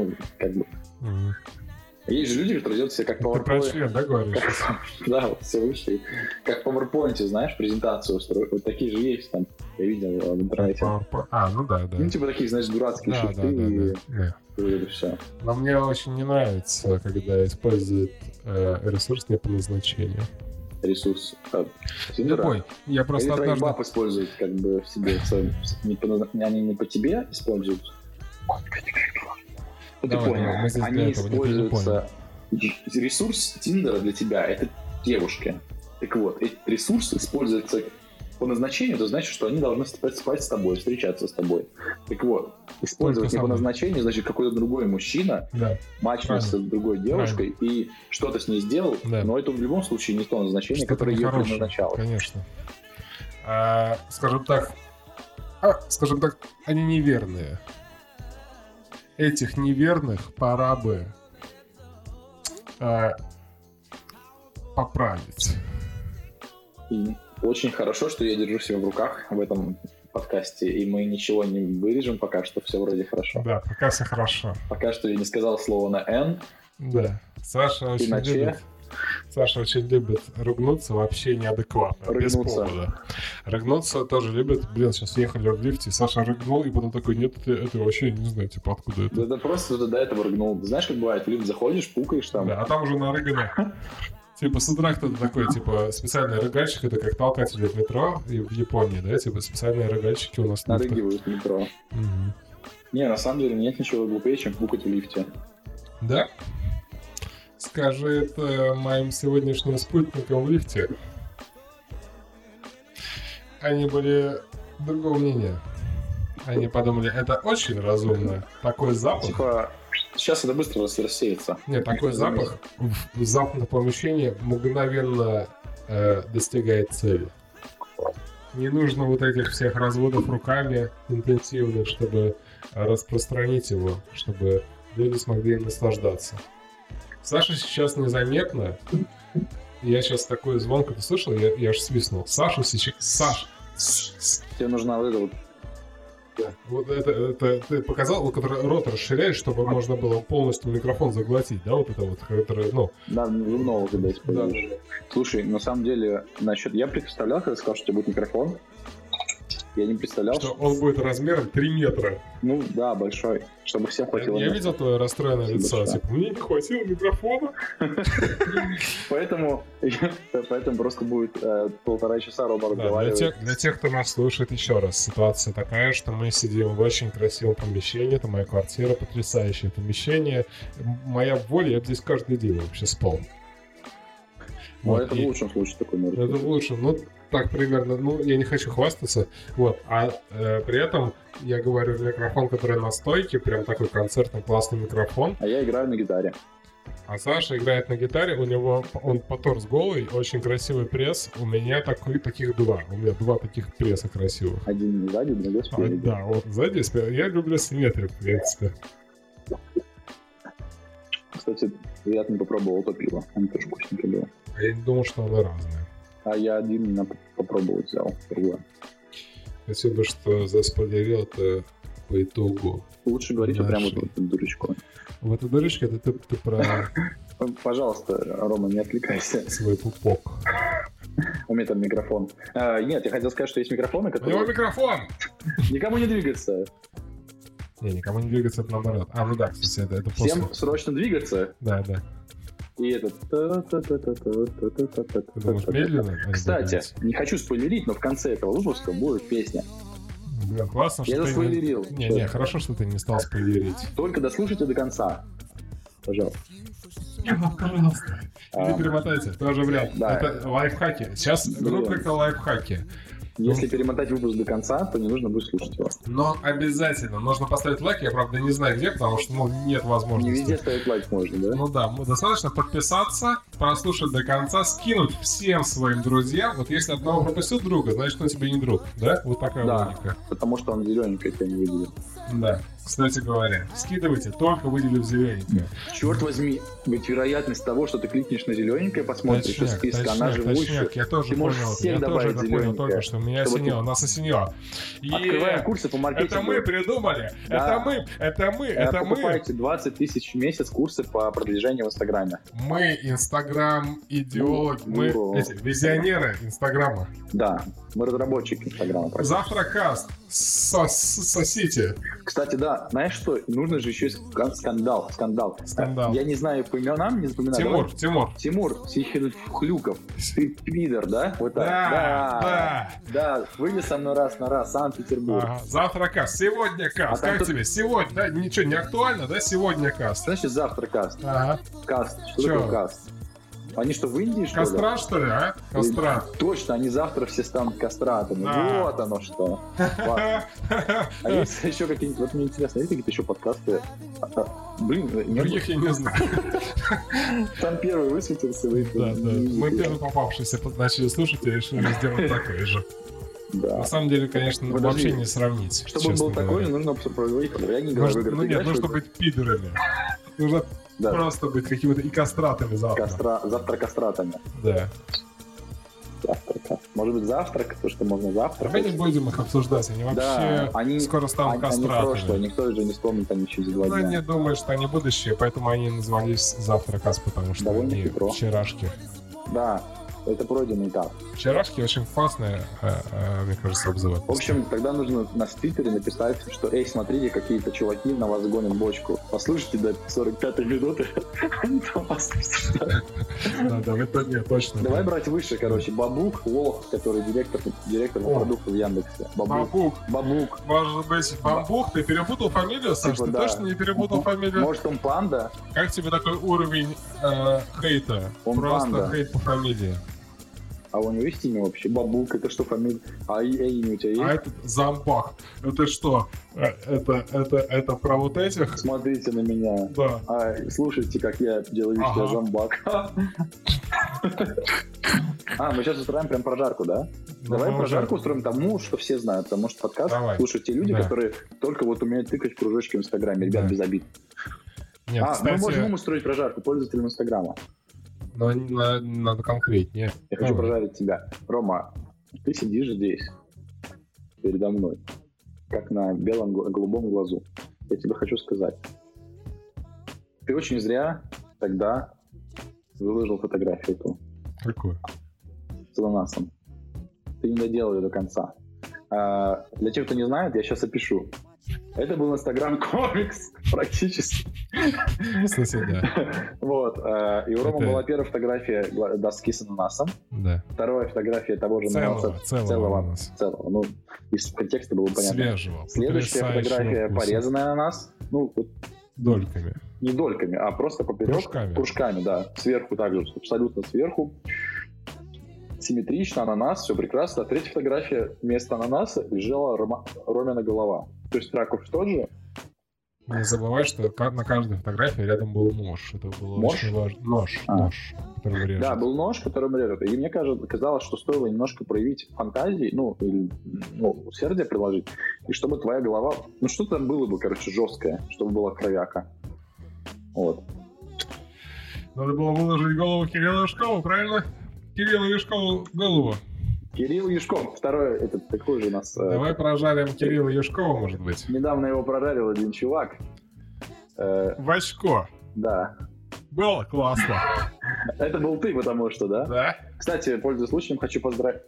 Есть же люди, которые делают себе как PowerPoint. Ты про член, да, говоришь? Да, вот все вышли. Как в PowerPoint, знаешь, презентацию устроить. Вот такие же есть там, я видел в интернете. Да. Такие, знаешь, дурацкие шрифты. И все. Но мне очень не нравится, когда используют ресурс не по назначению. Ресурс. Любой. Я просто однажды... Или баб используют как бы в себе. Они не по тебе используют. Ты понял. Они используются... Ресурс Тиндера для тебя — это девушки. Так вот, этот ресурс используется по назначению, это значит, что они должны спать с тобой, встречаться с тобой. Так вот, использовать не по назначению, значит, какой-то другой мужчина матчнулся с другой девушкой и что-то с ней сделал, но это в любом случае не то назначение, которое ее предназначало. Конечно. Скажем так, они неверные. Этих неверных пора бы поправить. И очень хорошо, что я держу себя в руках в этом подкасте, и мы ничего не вырежем пока что, все вроде хорошо. Да, пока все хорошо. Пока что я не сказал слово на «Н». Да, Саша очень любит ругнуться вообще неадекватно, без повода. Рыгнуться тоже любит. Сейчас ехали в лифте, Саша рыгнул, и потом такой, нет, это вообще не знаю, откуда это. Да это просто до этого рыгнул. Знаешь, как бывает, в лифт заходишь, пукаешь там. Да, а там уже нарыгано. С утра кто-то такой, специальный рыгальщик, это как толкатели в метро в Японии, да? Специальные рыгальщики у нас. Нарыгивают в метро. Угу. Не, на самом деле нет ничего глупее, чем пукать в лифте. Да? Скажи это моим сегодняшним спутникам в лифте. Они были другого мнения. Они подумали, это очень разумно. Такой запах. Сейчас это быстро рассеется. Нет, такой запах в замкнутом помещении мгновенно достигает цели. Не нужно вот этих всех разводов руками интенсивных, чтобы распространить его, чтобы люди смогли им наслаждаться. Саша сейчас незаметно. Я сейчас такой звонко, ты слышал? Я аж свистнул. Саша сейчас... Тебе нужна вот эта вот... Вот это ты показал, который рот расширяешь, чтобы можно было полностью микрофон заглотить, да, вот это вот, который, Да, зубного когда используешь. Да. Слушай, на самом деле, я представлял, когда сказал, что у тебя будет микрофон, я не представлял, что он будет размером 3 метра. Ну, да, большой, чтобы всем хватило. Я видел твое расстроенное лицо, мне не хватило микрофона. Поэтому просто будет 1,5 часа Рома разговаривать. Для тех, кто нас слушает, еще раз, ситуация такая, что мы сидим в очень красивом помещении, это моя квартира, потрясающее помещение. Моя воля, я бы здесь каждый день вообще спал. Это в лучшем случае такой может быть. Это в лучшем, так примерно, ну, я не хочу хвастаться, вот, при этом я говорю в микрофон, который на стойке, прям такой концертный классный микрофон. А я играю на гитаре. А Саша играет на гитаре, он по торс голый, очень красивый пресс. У меня таких два. У меня два таких пресса красивых. Один сзади, другой спереди. Да, вот сзади, спереди. Я люблю симметрию, в принципе. Кстати, я не попробовал то пиво. Оно тоже вкусненькое было. Я не думал, что оно разное. А я один попробовать взял. Другое. Спасибо, что заспойлерил это по итогу. Лучше говорить прямо вот эту дурочку. В эту дырочку это ты про... Пожалуйста, Рома, не отвлекайся. Свой пупок. У меня там микрофон. Нет, я хотел сказать, что есть микрофоны, которые... У него микрофон! Никому не двигаться. Не, никому не двигаться, это наоборот. Ну да, кстати, это после. Всем срочно двигаться. Да. И этот... Ты думаешь, медленно? Кстати, не хочу спойлерить, но в конце этого выпуска будет песня. Блин, классно, что я ты... заспойлерил. Не, хорошо, что ты не стал спойлерить. Только дослушайте до конца. Пожалуйста. Пожалуйста. Или перемотайте, тоже вариант. Да. Это лайфхаки. Сейчас рубрика лайфхаки. Если перемотать выпуск до конца, то не нужно будет слушать его. Но обязательно нужно поставить лайк. Я, правда, не знаю где, потому что нет возможности. Не везде ставить лайк можно, да? Ну да, достаточно подписаться, прослушать до конца, скинуть всем своим друзьям. Вот если одного пропустил друга, значит, он тебе не друг, да? Вот такая логика. Потому что он зелененький, тебя не выделил. Да. Кстати говоря, скидывайте, только выделив зелененькое. Черт возьми, ведь вероятность того, что ты кликнешь на зелененькое, посмотришь из списка, она же выше. Я тоже понял только что, меня осенило, нас осенило. Открываем курсы по маркетингу. Это мы придумали, это мы. Покупайте 20 тысяч в месяц курсы по продвижению в Инстаграме. Мы Инстаграм-идеологи, мы визионеры Инстаграма. Да, мы разработчики Инстаграма. Завтра каст, сосите. Кстати, да, знаешь что? Нужно же еще и скандал. Я не знаю по именам, не запоминаю. Тимур Сихлюков. Ты пидор, да? Вот так. Да, выйди со мной раз на раз, Санкт-Петербург. Завтра каст, сегодня каст. Как тебе? Сегодня, да? Ничего, не актуально, да? Сегодня каст. Значит, завтра каст. Каст. Что такое каст? Они что, в Индии, что ли? Кастра, что ли, а? Кастра. Точно, они завтра все станут кастратами. Вот оно что. А есть еще какие-нибудь... Вот мне интересно, есть какие-то еще подкасты? Блин, других я не знаю. Там первый высветился. Да. Мы первый попавшийся начали слушать и решили сделать такой же. Да. На самом деле, конечно, вообще не сравнить. Чтобы он был такой, нужно проводить программу. Ну нет, нужно быть пидорами. Нужно просто быть какими-то и кастратами завтра. Завтра кастратами. Да. Завтрак. Может быть, завтрак, то, что можно завтракать. Давай не будем их обсуждать, они вообще скоро станут кастратами. Они прошлое, никто же не вспомнит, они через 2 дня. Ну, не думаю, что они будущее, поэтому они назвались завтракас, потому что они вчерашки. Да. Это пройденный этап. Вчерашки очень классные, мне кажется, обзывы. В общем, тогда нужно на Твиттере написать, что эй, смотрите, какие-то чуваки на вас гонят бочку. Послушайте до 45-й минуты, они там вас обсуждают. Да, это нет, точно. Давай брать выше, короче. Бабук, Лох, который директор продуктов в Яндексе. Бабук. Может быть, Бамбук? Ты перепутал фамилию, Саш? Ты точно не перепутал фамилию? Может, он панда? Как тебе такой уровень хейта? Просто хейт по фамилии. А у него есть имя вообще? Бабук, это что, фамилия? А имя у тебя есть? А это Замбах. Это что? Это про вот этих? Смотрите на меня. Да. Слушайте, как я делаю вид, что я Замбак. Мы сейчас устраиваем прям прожарку, да? Давай прожарку устроим тому, что все знают, потому что подкаст слушают те люди, которые только вот умеют тыкать кружочки в Инстаграме. Ребят, без обид. Мы можем устроить прожарку пользователям Инстаграма. Но надо конкретнее. Я хочу прожарить тебя. Рома, ты сидишь здесь, передо мной, как на белом голубом глазу. Я тебе хочу сказать. Ты очень зря тогда выложил фотографию эту. Какую? С ананасом. Ты не доделал ее до конца. Для тех, кто не знает, я сейчас опишу. Это был Инстаграм комикс практически. Кстати, да. Вот. И у Рома была первая фотография доски с ананасом. Да. Вторая фотография того же ананаса. Целого. Ну, из контекста было понятно. Свежего. Следующая фотография порезанный ананас. Ну, вот. Дольками. Не дольками, а просто поперек. Кружками, да. Сверху также, абсолютно сверху. симметрично, ананас, все прекрасно. А третья фотография, вместо ананаса лежала Ромина голова. То есть ракурс тот же. Не забывай, что на каждой фотографии рядом был нож. Это было очень важно. Нож, которым режет. Да, был нож, которым режет. И мне казалось, что стоило немножко проявить фантазии, или усердие приложить, и чтобы твоя голова... что-то там было бы, жесткое, чтобы была кровяка. Вот. Надо было выложить голову Кирилла Юшкова, правильно? Кирилла Юшкову голову. Кирилл Юшков, второй, это такой же у нас... Давай прожарим Кирилла Юшкова, может быть. Недавно его прожарил один чувак. В очко. Да. Было классно. Это был ты, потому что, да? Да. Кстати, пользуясь случаем, хочу поздравить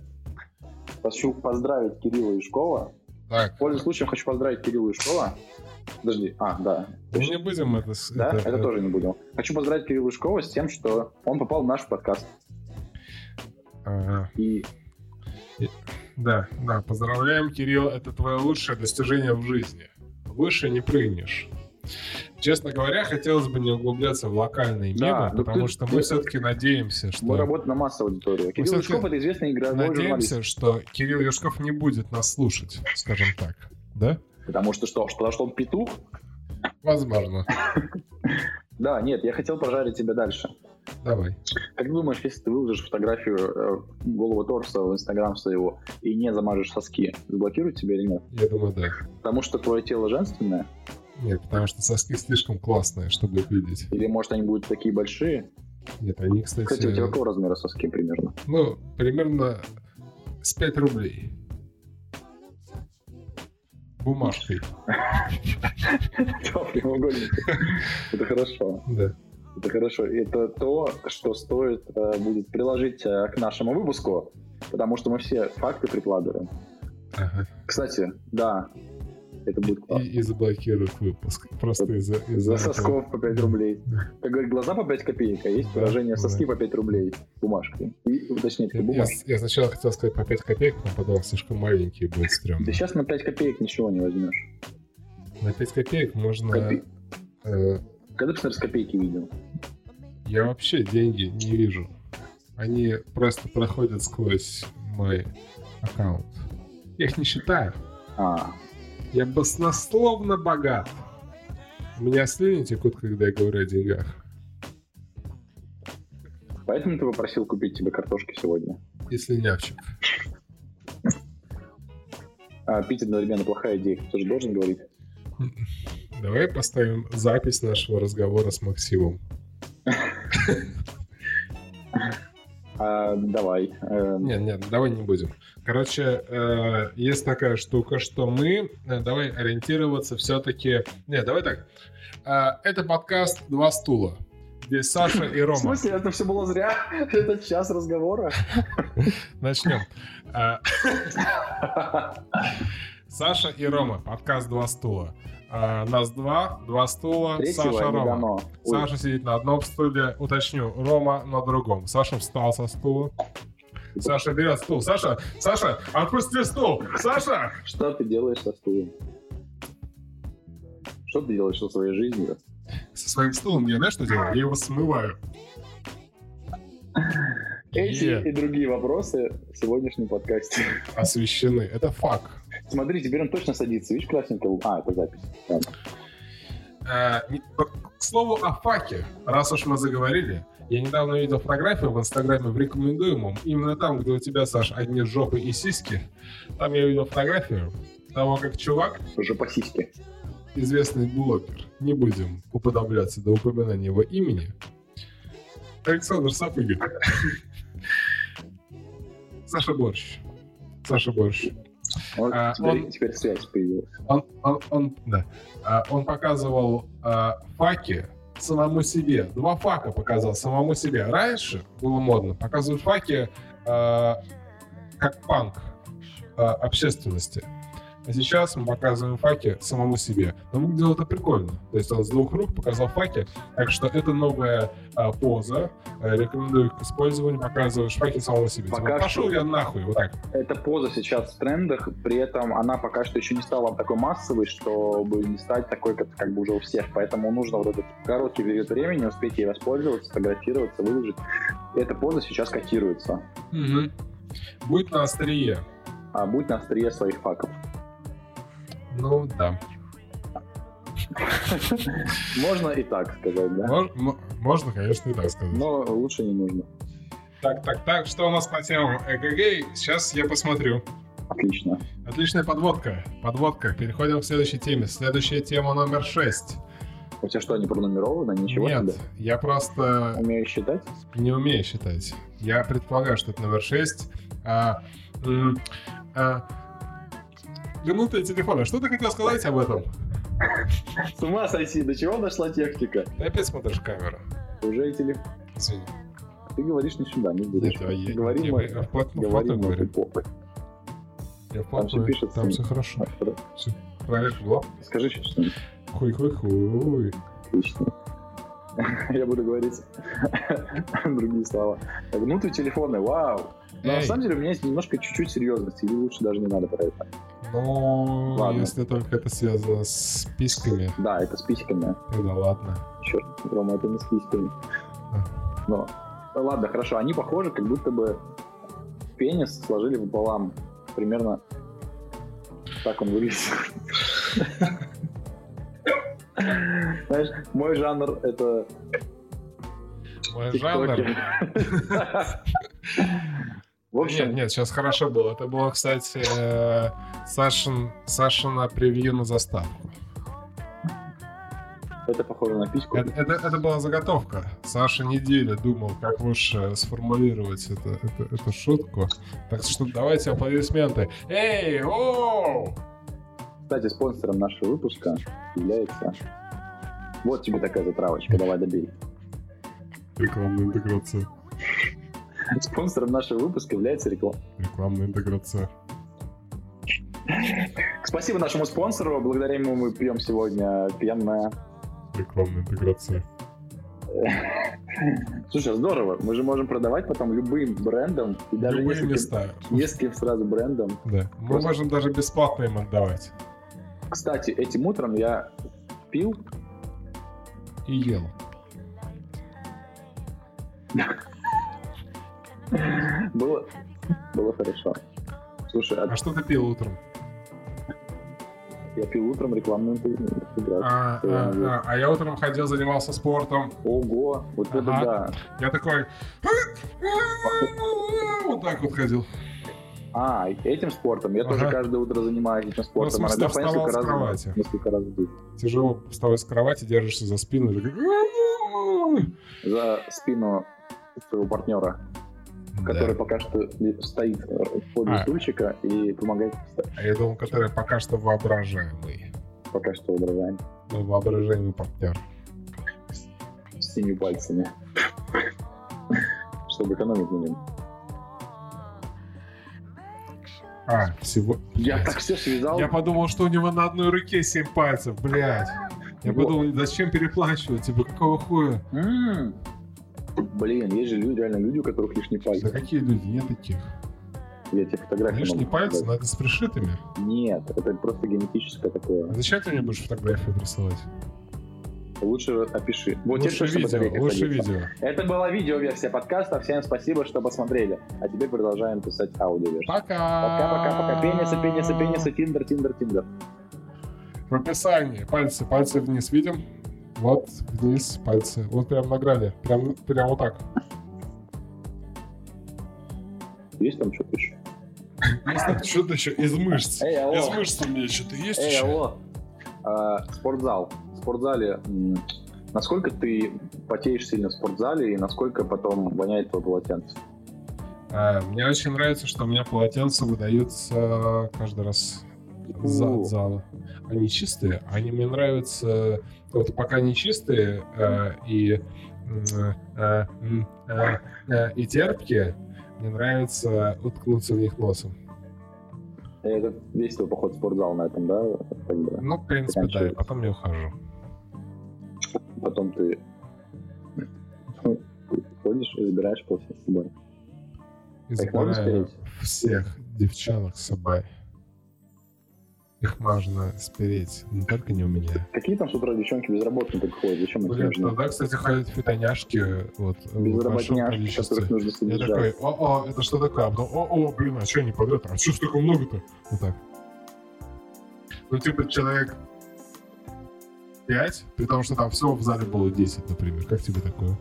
Кирилла Юшкова. Так. Пользуясь случаем, хочу поздравить Кирилла Юшкова. Подожди, да. Мы не будем это... Да, это тоже не будем. Хочу поздравить Кирилла Юшкова с тем, что он попал в наш подкаст. Ага. И... Да, поздравляем, Кирилл, это твое лучшее достижение в жизни. Выше не прыгнешь. Честно говоря, хотелось бы не углубляться в локальные мемы, потому что мы все-таки надеемся, что... Мы работаем на массовую аудиторию. Кирилл Юшков — это известный игровой журналист. Надеемся, что Кирилл Юшков не будет нас слушать, скажем так, да? Потому что что он петух? Возможно. Да, нет, я хотел пожарить тебя дальше. Давай. Как думаешь, если ты выложишь фотографию голого торса в Инстаграм своего и не замажешь соски, заблокируют тебя или нет? Я думаю, да. Потому что твое тело женственное? Нет, потому что соски слишком классные, чтобы их видеть. Или, может, они будут такие большие? Нет, они, кстати... Кстати, у тебя какого размера соски примерно? Примерно с 5 рублей. Бумажкой. Два прямоугольника. Это хорошо. Да. Это хорошо. Это то, что стоит будет приложить к нашему выпуску, потому что мы все факты прикладываем. Ага. Кстати, да, это будет классно. И заблокируют выпуск. Просто из-за сосков по 5 рублей. Как говорят, глаза по 5 копеек, а есть выражение соски по 5 рублей бумажкой. И уточнить, это бумажка. Я сначала хотел сказать по 5 копеек, но подумал, слишком маленькие будет стрёмно. Да сейчас на 5 копеек ничего не возьмешь. На 5 копеек можно... Когда ты, копейки видел? Я вообще деньги не вижу. Они просто проходят сквозь мой аккаунт. Я их не считаю. Я баснословно богат. У меня слюни текут, когда я говорю о деньгах. Поэтому ты попросил купить тебе картошки сегодня? И слюнявчик. Пить одновременно плохая идея. Кто же должен говорить? Давай поставим запись нашего разговора с Максимом. Давай. Нет, давай не будем. Короче, есть такая штука, что мы... Давай ориентироваться все-таки... Нет, давай так. Это подкаст «Два стула». Здесь Саша и Рома. В смысле, это все было зря? Это час разговора? Начнем. Саша и Рома. Подкаст «Два стула». Нас два стула. Третьего Саша, Рома. дано. Саша сидит на одном стуле. Уточню, Рома на другом. Саша встал со стула. Саша берет стул. Саша, отпусти стул! Саша! Что ты делаешь со стулом? Что ты делаешь со своей жизнью? Со своим стулом я, знаешь, что делаю? Я его смываю. Эти и другие вопросы в сегодняшнем подкасте освещены. Это факт. Смотри, теперь он точно садится. Видишь, красненько? Это запись. К слову о факе, раз уж мы заговорили, я недавно видел фотографию в Инстаграме в рекомендуемом. Именно там, где у тебя, Саш, одни жопы и сиськи. Там я видел фотографию того, как чувак... Жопа-сиськи. Известный блогер. Не будем уподобляться до упоминания его имени. Александр Сапыгин. Саша Борщ. Теперь связь появилась. Он показывал факи самому себе. 2 фака показал самому себе. Раньше было модно показывать факи как панк общественности. А сейчас мы показываем факи самому себе. Но выглядело это прикольно. То есть он с 2 рук показал факи. Так что это новая поза. Рекомендую к использованию. Показываешь факи самому себе. Типа, пошел я нахуй, вот так. Эта поза сейчас в трендах, при этом она пока что еще не стала такой массовой, чтобы не стать такой, как бы уже у всех. Поэтому нужно вот этот короткий период времени успеть ей воспользоваться, сфотографироваться, выложить. Эта поза сейчас котируется. Угу. Будь на острие. Будь на острие своих факов. Ну, да. Можно и так сказать, да? Можно, конечно, и так сказать. Но лучше не нужно. Так, что у нас по темам эгэгэй? Сейчас я посмотрю. Отлично. Отличная подводка. Переходим к следующей теме. Следующая тема номер 6. У тебя что, они пронумерованы? Ничего Нет, себе? я просто... Умею считать? Не умею считать. Я предполагаю, что это номер 6. Минута телефона. Что ты хотел сказать об этом? С ума сойти, до чего дошла техника? Ты опять смотришь камеру. Уже и телефон. Извини. Ты говоришь не сюда, не будешь. Говорим мы вплотную. Я вплотную, там все хорошо. Все. Правильно, скажи сейчас что-нибудь. Хуй. Отлично. Я буду говорить другие слова. Минуты телефона, вау. Но на самом деле у меня есть немножко чуть-чуть серьезности, или лучше даже не надо про это. Ну, если только это связано с письками. Да, это с письками. Тогда ладно. Черт, Рома, это не с письками. Но, ладно, хорошо, они похожи, как будто бы пенис сложили пополам. Примерно так он выглядит. Знаешь, мой жанр — это... Мой жанр? В общем... Нет, сейчас хорошо было. Это было, кстати, Сашина превью на заставку. Это похоже на письку. Это была заготовка. Саша неделю думал, как лучше сформулировать эту шутку. Так что давайте аплодисменты. Эй, оу! Кстати, спонсором нашего выпуска является... Вот тебе такая затравочка, давай добей. Рекламная интеграция. Спонсором нашего выпуска является рекламная интеграция. Спасибо нашему спонсору, благодаря ему мы пьем сегодня пенное. Рекламная интеграция. Слушай, здорово. Мы же можем продавать потом любым брендом. И даже нескольким сразу брендом. Да. Мы можем даже бесплатно им отдавать. Кстати, этим утром я пил и ел. Было хорошо. Слушай, а что ты пил утром? Я пил утром рекламную интеграцию. А я утром ходил, занимался спортом. Ого, вот это да. Я такой... Вот так вот ходил. Этим спортом? Я тоже каждое утро занимаюсь этим спортом. Иногда вставал с кровати. Несколько раз в день. Тяжело вставать с кровати, держишься за спину. За спину своего партнера, который пока что стоит подле стульчика и помогает встать. А я думал, который пока что воображаемый. Пока что воображаемый. Воображаемый партнер. С 7 пальцами. Чтобы экономить на нем. Всего... Я так все связал. Я подумал, что у него на одной руке 7 пальцев, блядь. Я подумал, зачем переплачивать? Типа, какого хуя? Блин, есть же реально люди, у которых лишние пальцы. Да какие люди? Нет таких. Я тебе фотографии лишние пальцы, но это с пришитыми? Нет, это просто генетическое такое. А зачем ты мне будешь фотографию присылать? Лучше опиши. Вот лучше видео. Это была видеоверсия подкаста. Всем спасибо, что посмотрели. А теперь продолжаем писать аудиоверсию. Пока. Пенисы, Тиндер. В описании пальцы вниз видим. Вот вниз пальцы. Вот прям на грани. Прям вот так. Есть там что-то еще? Есть там что-то еще из мышц. Из мышц у меня что-то есть еще. Алло. Спортзал. В спортзале насколько ты потеешь сильно в спортзале и насколько потом воняет твое полотенце? Мне очень нравится, что у меня полотенца выдаются каждый раз от зала. Они чистые, они мне нравятся. Вот пока они чистые и терпкие, мне нравится уткнуться в них носом. Это весь твой поход в спортзал на этом, да? Тогда ну, в принципе, да, и потом я ухожу. Потом ты ходишь и забираешь после с собой. И забираю всех девчонок с собой. Их можно спереть, но только не у меня. Какие там с утра девчонки безработные так ходят? Зачем им нужно? Тогда, кстати, ходят фитоняшки вот, в большом количестве. Нужно я такой, о, это что такое? А потом, блин, а что не подряд? А что столько много-то? Вот так. Ну, типа, человек 5, при том, что там всего в зале было 10, например. Как тебе такое?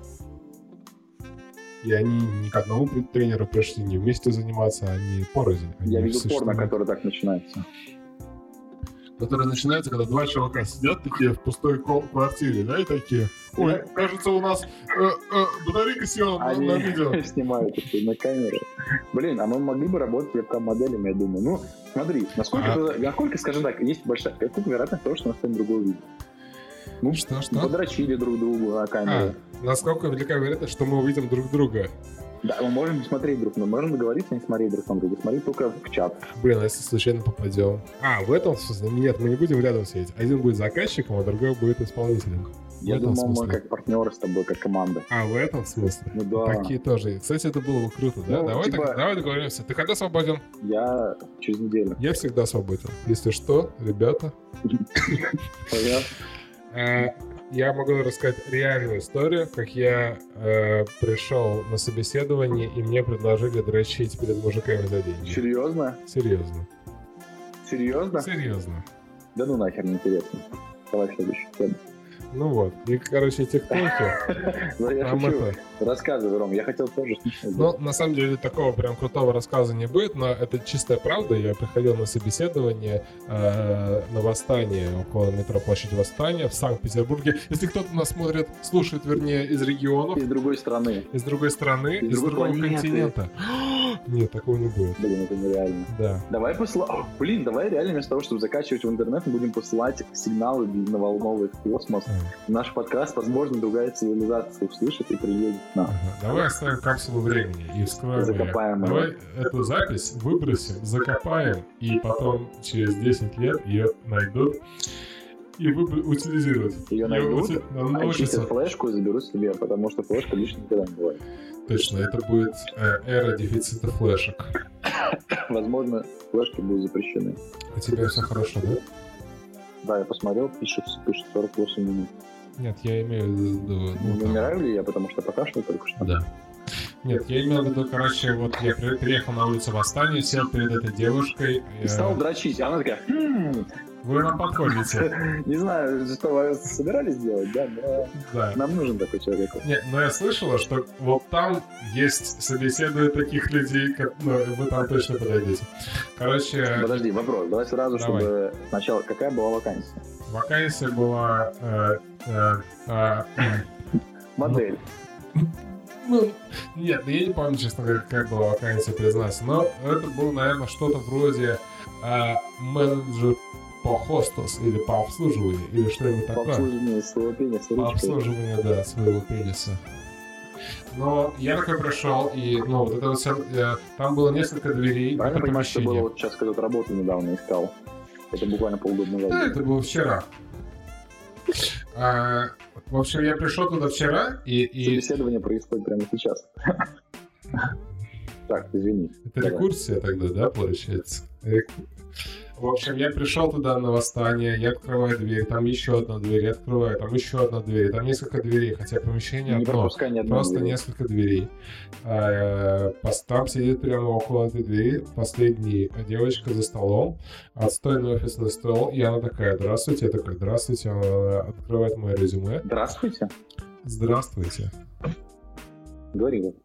И они не к одному тренеру пришли, не вместе заниматься, а не порознь. Я видел порно, который так начинается. Который начинается, когда два чувака сидят такие в пустой квартире, да, и такие, ой, кажется, у нас батарейка села на видео. Они снимают это на камеру. Блин, а мы могли бы работать вебкам-моделями, я думаю. Ну, смотри, насколько, скажем так, есть большая вероятность того, что мы станем другое видео. Ну, что? Подрочили друг другу на камеру. Насколько велика вероятность, что мы увидим друг друга? Да, мы можем смотреть друг на друга, можем договориться не смотреть друг на друга, смотреть только в чат. Блин, а если случайно попадем? В этом смысле? Нет, мы не будем рядом сидеть. Один будет заказчиком, а другой будет исполнителем. Я думал, мы как партнеры с тобой, как команда. В этом смысле? Ну да. Такие тоже. Кстати, это было бы круто, да? Ну, давай договоримся. Ты когда свободен? Я через неделю. Я всегда свободен. Если что, ребята. Я могу рассказать реальную историю, как я пришел на собеседование, и мне предложили дрочить перед мужиками за деньги. Серьезно? Серьезно. Серьезно? Серьезно. Да ну нахер, неинтересно. Давай следующий тему. Ну вот, и, короче, тиктоки. Я шучу. Рассказывай, Ром, я хотел тоже смешать. Ну, на самом деле, такого прям крутого рассказа не будет, но это чистая правда. Я приходил на собеседование на Восстание, около метро Площадь Восстания в Санкт-Петербурге. Если кто-то нас слушает, вернее, из регионов. Из другой страны. Из другого континента. Нет, такого не будет. Блин, это нереально. Да. Давай реально вместо того, чтобы закачивать в интернет, мы будем посылать сигналы длинноволновые в космос. Наш подкаст, возможно, другая цивилизация услышит и приедет к нам. Давай оставим капсулу времени и вскроем закопаем ее. Давай эту запись выбросим, закопаем, и потом через 10 лет ее найдут и утилизируют. Ее найдут, очистят флешку и заберут себе, потому что флешка лишней никогда не бывает. Точно, это будет эра дефицита флешек. Возможно, флешки будут запрещены. У тебя все хорошо, да? Да, я посмотрел, пишет 48 минут. Нет, я имею в виду... Не умираю ли я, потому что покашлял только что? Да. Нет, я имел в виду, короче, вот я приехал на улицу Восстания, сел перед этой девушкой... И стал дрочить, а она такая... Вы нам подходите. Не знаю, что вы собирались делать, да? Да. Нам нужен такой человек. Нет, но я слышала, что вот там есть, собеседуют таких людей, как, вы там точно подойдете. Короче... Подожди, вопрос. Давай сразу, чтобы сначала... Какая была вакансия? Вакансия была... Модель. Нет, я не помню, честно говоря, какая была вакансия, признаться. Но это было, наверное, что-то вроде менеджер по хостелс или по обслуживанию, или что-нибудь такое. По обслуживанию своего пениса. По обслуживанию, да, своего пениса. Но я такой пришел, и, вот это вот все, там было несколько дверей. Правильно понимаешь, что было вот сейчас, когда ты работу недавно искал? Это буквально полгода назад. Да, это было вчера. В общем, я пришел туда вчера, и... Собеседование происходит прямо сейчас. Так, извини. Это рекурсия тогда, да, получается? В общем, я пришел туда на Восстание, я открываю дверь, там еще одна дверь, я открываю, там еще одна дверь, там несколько дверей, хотя помещение одно, просто несколько дверей. Там сидит прямо около этой двери последняя девочка за столом, отстойный офисный стол, и она такая: здравствуйте, я такой: здравствуйте, она открывает мое резюме. Здравствуйте? Здравствуйте. Говори вот.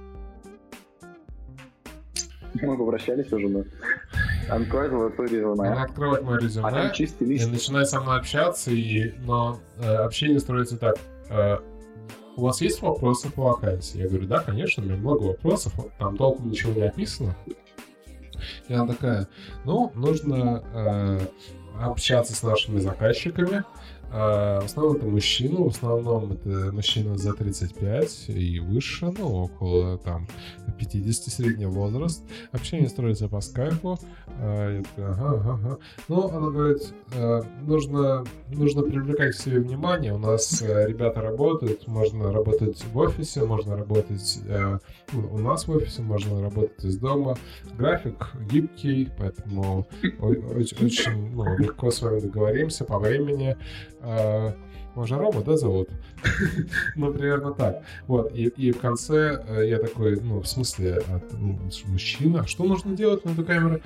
Мы попрощались уже, но... Она открывает твое резюме. Она открывает мое резюме, а там чистый лист. И начинает со мной общаться, но общение строится так. У вас есть вопросы по вакансии? Я говорю: да, конечно, у меня много вопросов, там толком ничего не описано. И она такая: нужно общаться с нашими заказчиками, В основном это мужчины, в основном это мужчины за 35 и выше, ну, около там 50 средний возраст. Общение строится по скайпу. Я такой, ага. Ну, она говорит, нужно привлекать к себе внимание. У нас ребята работают, можно работать в офисе, можно работать у нас в офисе, можно работать из дома. График гибкий, поэтому очень легко с вами договоримся по времени. Можно Рома, да, зовут? Ну, примерно так. Вот, и в конце я такой, в смысле, мужчина, что нужно делать на эту камеру?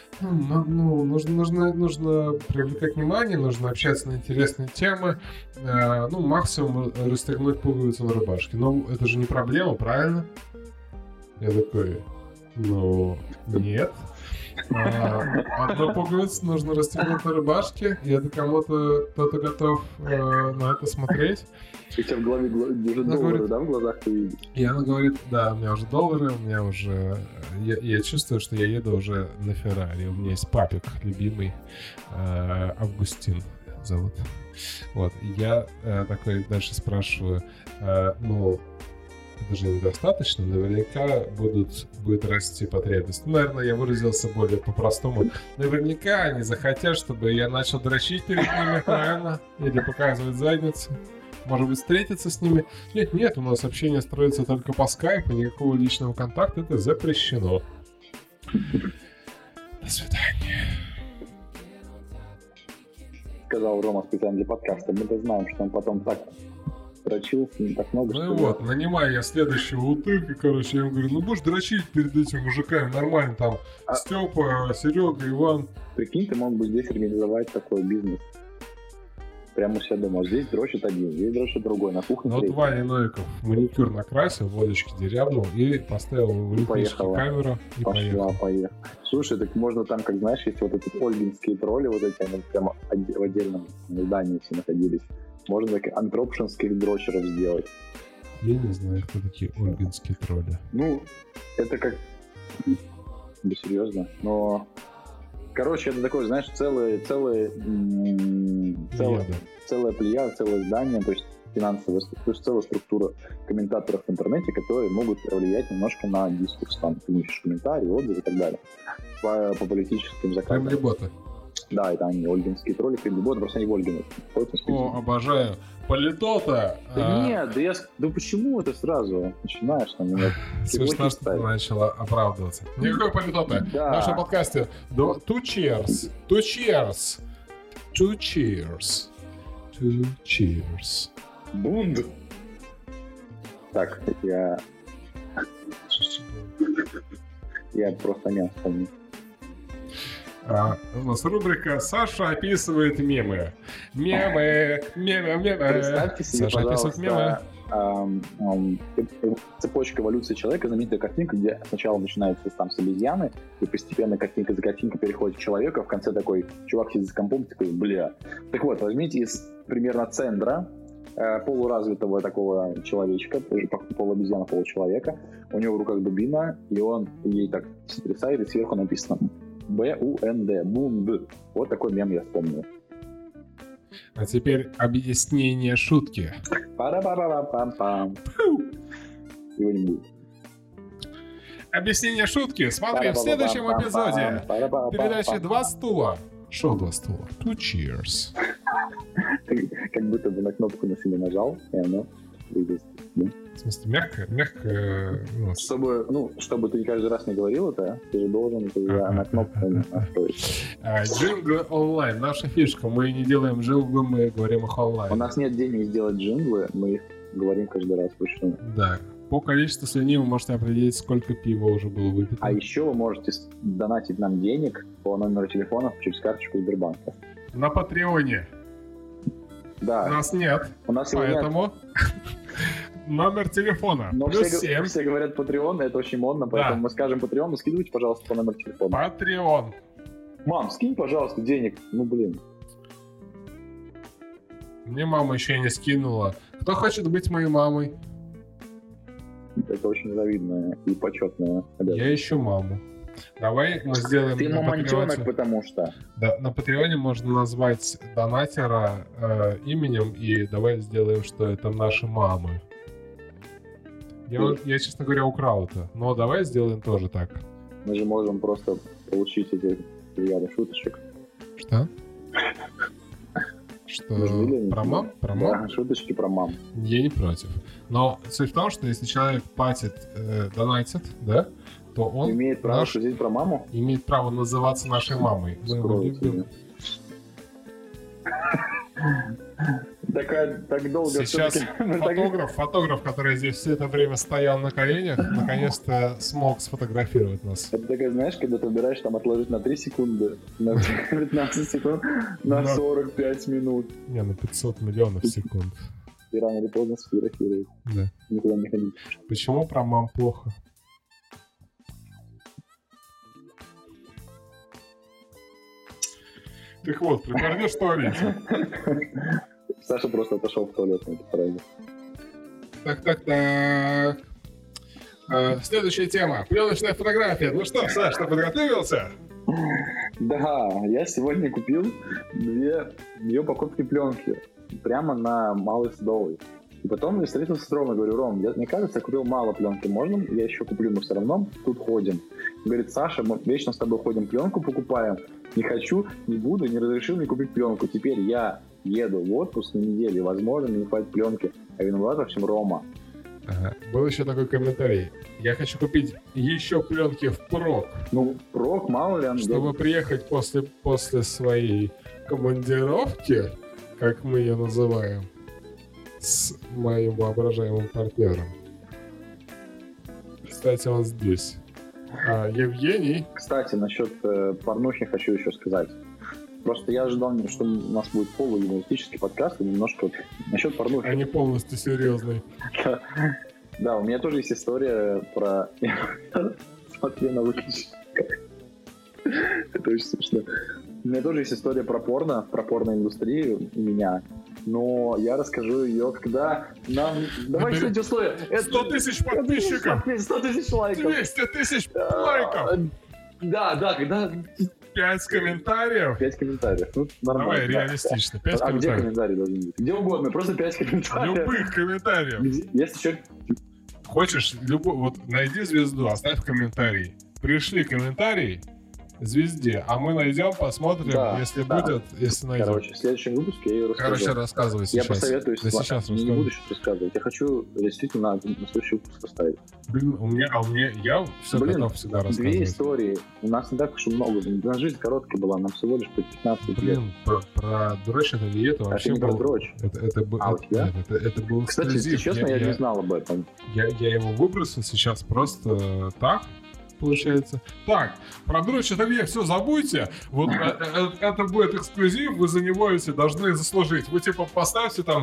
Нужно привлекать внимание, нужно общаться на интересные темы, максимум расстегнуть пуговицу на рубашке. Но это же не проблема, правильно? Я такой, нет. Одну пуговицу нужно расстегнуть на рубашке, и это кто-то готов на это смотреть. У тебя в голове уже доллары, да, в глазах ты видишь? И она говорит, да, у меня уже доллары, у меня уже... Я чувствую, что я еду уже на Феррари. У меня есть папик любимый, Августин зовут. Вот, и я такой дальше спрашиваю, это же недостаточно, наверняка будет расти потребность. Наверное, я выразился более по-простому. Наверняка они захотят, чтобы я начал дрочить перед ними, правильно? Или показывать задницу. Может быть, встретиться с ними. Нет, у нас общение строится только по скайпу, никакого личного контакта, это запрещено. До свидания. Сказал Рома специально для подкаста. Мы-то знаем, что он потом так дрочил, с ним так много, Ну и вот, нанимаю я следующего утырка, короче, я ему говорю, будешь дрочить перед этими мужиками нормально, там, Степа, Серега, Иван. Прикинь, ты мог бы здесь организовать такой бизнес. Прямо у себя дома. Здесь дрочит один, здесь дрочит другой, на кухне Вот Ваня Новиков маникюр накрасил, водочки дерябнул и поставил в электрическую камеру и поехал. Слушай, так можно там, как знаешь, есть вот эти ольгинские тролли, вот эти, они прямо в отдельном здании все находились. Можно так антропшинских дрочеров сделать. Я не знаю, кто такие ольгинские тролли. Это как... Да серьезно, но... Короче, это такое, знаешь, целая плеяда, целое здание, то есть финансовая, то есть целая структура комментаторов в интернете, которые могут влиять немножко на дискурс. Там ты пишешь комментарии, отзывы и так далее. По политическим заказам. Кремлеботы. Да, это они, ольгинские тролли, кремлеботы, просто они в Ольгино. О, обожаю. Политота! Нет, да почему это сразу начинаешь на меня? Смешно, что ты начала оправдываться. Никакой политота. Да. В нашем подкасте two cheers. Бунд. Так, я просто не вспомнил. У нас рубрика «Саша описывает мемы». Представьте себе, Саша описывает мемы. Цепочка эволюции человека, знаменитая картинка, где сначала начинается там с обезьяны, и постепенно картинка за картинкой переходит к человеку, а в конце такой чувак сидит за компом, такой, бля. Так вот, возьмите из примерно центра полуразвитого такого человечка, полуобезьяна, получеловека, у него в руках дубина, и он ей так сотрясает, и сверху написано Бунд. Бунд. Вот такой мем я вспомнил. А теперь объяснение шутки. Пара-пара-пам-пам. Его не будет. Объяснение шутки смотри в следующем эпизоде передачи «Два стула». Шоу «Два стула». Two cheers. Как будто бы на кнопку на себе нажал, и оно выйдет. В смысле, мягко? Чтобы ты каждый раз не говорил это, ты же должен на кнопку настроить. Джинглы онлайн. Наша фишка. Мы не делаем джинглы, мы говорим их онлайн. У нас нет денег сделать джинглы, мы их говорим каждый раз вручную. Да. По количеству слюней вы можете определить, сколько пива уже было выпито. А еще вы можете донатить нам денег по номеру телефона через карточку Сбербанка. На Патреоне. Да. У нас нет. Поэтому... Номер телефона. Но +7. Все говорят Patreon, это очень модно, поэтому мы скажем Patreon, скидывайте, пожалуйста, по номеру телефона. Patreon. Мам, скинь, пожалуйста, денег. Блин. Мне мама еще не скинула. Кто хочет быть моей мамой? Это очень завидная и почетная обязанность. Я ищу маму. Давай мы сделаем... Ты мамонтенок, потому что... Да, на Патреоне можно назвать донатера именем, и давай сделаем, что это наши мамы. Я, честно говоря, украл это, но давай сделаем тоже так. Мы же можем просто получить эти ряды шуточек. Что? Что? Про мам? Про мам? Да, шуточки про мам. Я не против. Но суть в том, что если человек платит, донатит, да, то он... Имеет право шутить про маму? Имеет право называться нашей мамой. Мы его любим. Так долго... Сейчас фотограф, который здесь все это время стоял на коленях, наконец-то смог сфотографировать нас. Это такая, знаешь, когда ты выбираешь там отложить на 3 секунды, на 15 секунд, на 45 минут. Не, на 500 миллионов секунд. И рано или поздно сфотографируют. Да. Никуда не ходить. Почему про мам плохо? Так вот, прекратишь творить. Саша просто отошел в туалет на этой фразе. Так. Следующая тема. Пленочная фотография. Ну что, Саш, ты подготовился? Да, я сегодня купил 2 покупки пленки прямо на Малой Садовой. И потом я встретился с Ромой, говорю: Ром, мне кажется, я купил мало пленки, можно? Я еще куплю, мы все равно тут ходим. Говорит: Саша, мы вечно с тобой ходим, пленку покупаем. Не хочу, не буду, не разрешил мне купить пленку. Теперь я еду в отпуск на неделю, возможно, мне не хватит пленки. А виноват во всем Рома. Ага. Был еще такой комментарий. Я хочу купить еще пленки впрок. Ну, впрок, мало ли. Чтобы приехать после своей командировки, как мы ее называем, с моим воображаемым партнером. Кстати, он здесь. Евгений. Кстати, насчет порнухи хочу еще сказать. Просто я ожидал, что у нас будет полуюмористический подкаст, и немножко насчет порнухи. А не полностью серьезный. Да, у меня тоже есть история про... Смотри на выключение. Это очень смешно. У меня тоже есть история про порно, про порноиндустрию у меня. Но я расскажу ее, когда нам... Давай, кстати, условия. 100 тысяч подписчиков! 100 тысяч лайков! 200 тысяч лайков! Да, когда... 5 комментариев? 5 комментариев. Ну, нормально. Давай, реалистично. 5 комментариев. Где комментарии должны быть? Где угодно, просто 5 комментариев. Любых комментариев. Если человек... Хочешь, вот найди звезду, оставь комментарий. Пришли комментарии звезде, а мы найдем, посмотрим, да, если будет, если найдем. Короче, в следующем выпуске я ее расскажу. Короче, рассказывай сейчас. Я посоветую, да сейчас не буду сейчас рассказывать. Я хочу действительно на следующий выпуск оставить. Блин, я все готов всегда рассказывать. 2 истории. У нас не так уж и много. У нас жизнь короткая была, нам всего лишь по 15 лет. Блин, про дрочь это ли это вообще это не был... про дрочь. Это был Кстати, эксклюзив. Кстати, честно, я не знал об этом. Я его выбросил сейчас просто так, получается. Так, про дрочь это я все забудьте. Вот это будет эксклюзив, вы за него эти должны заслужить. Вы типа поставьте там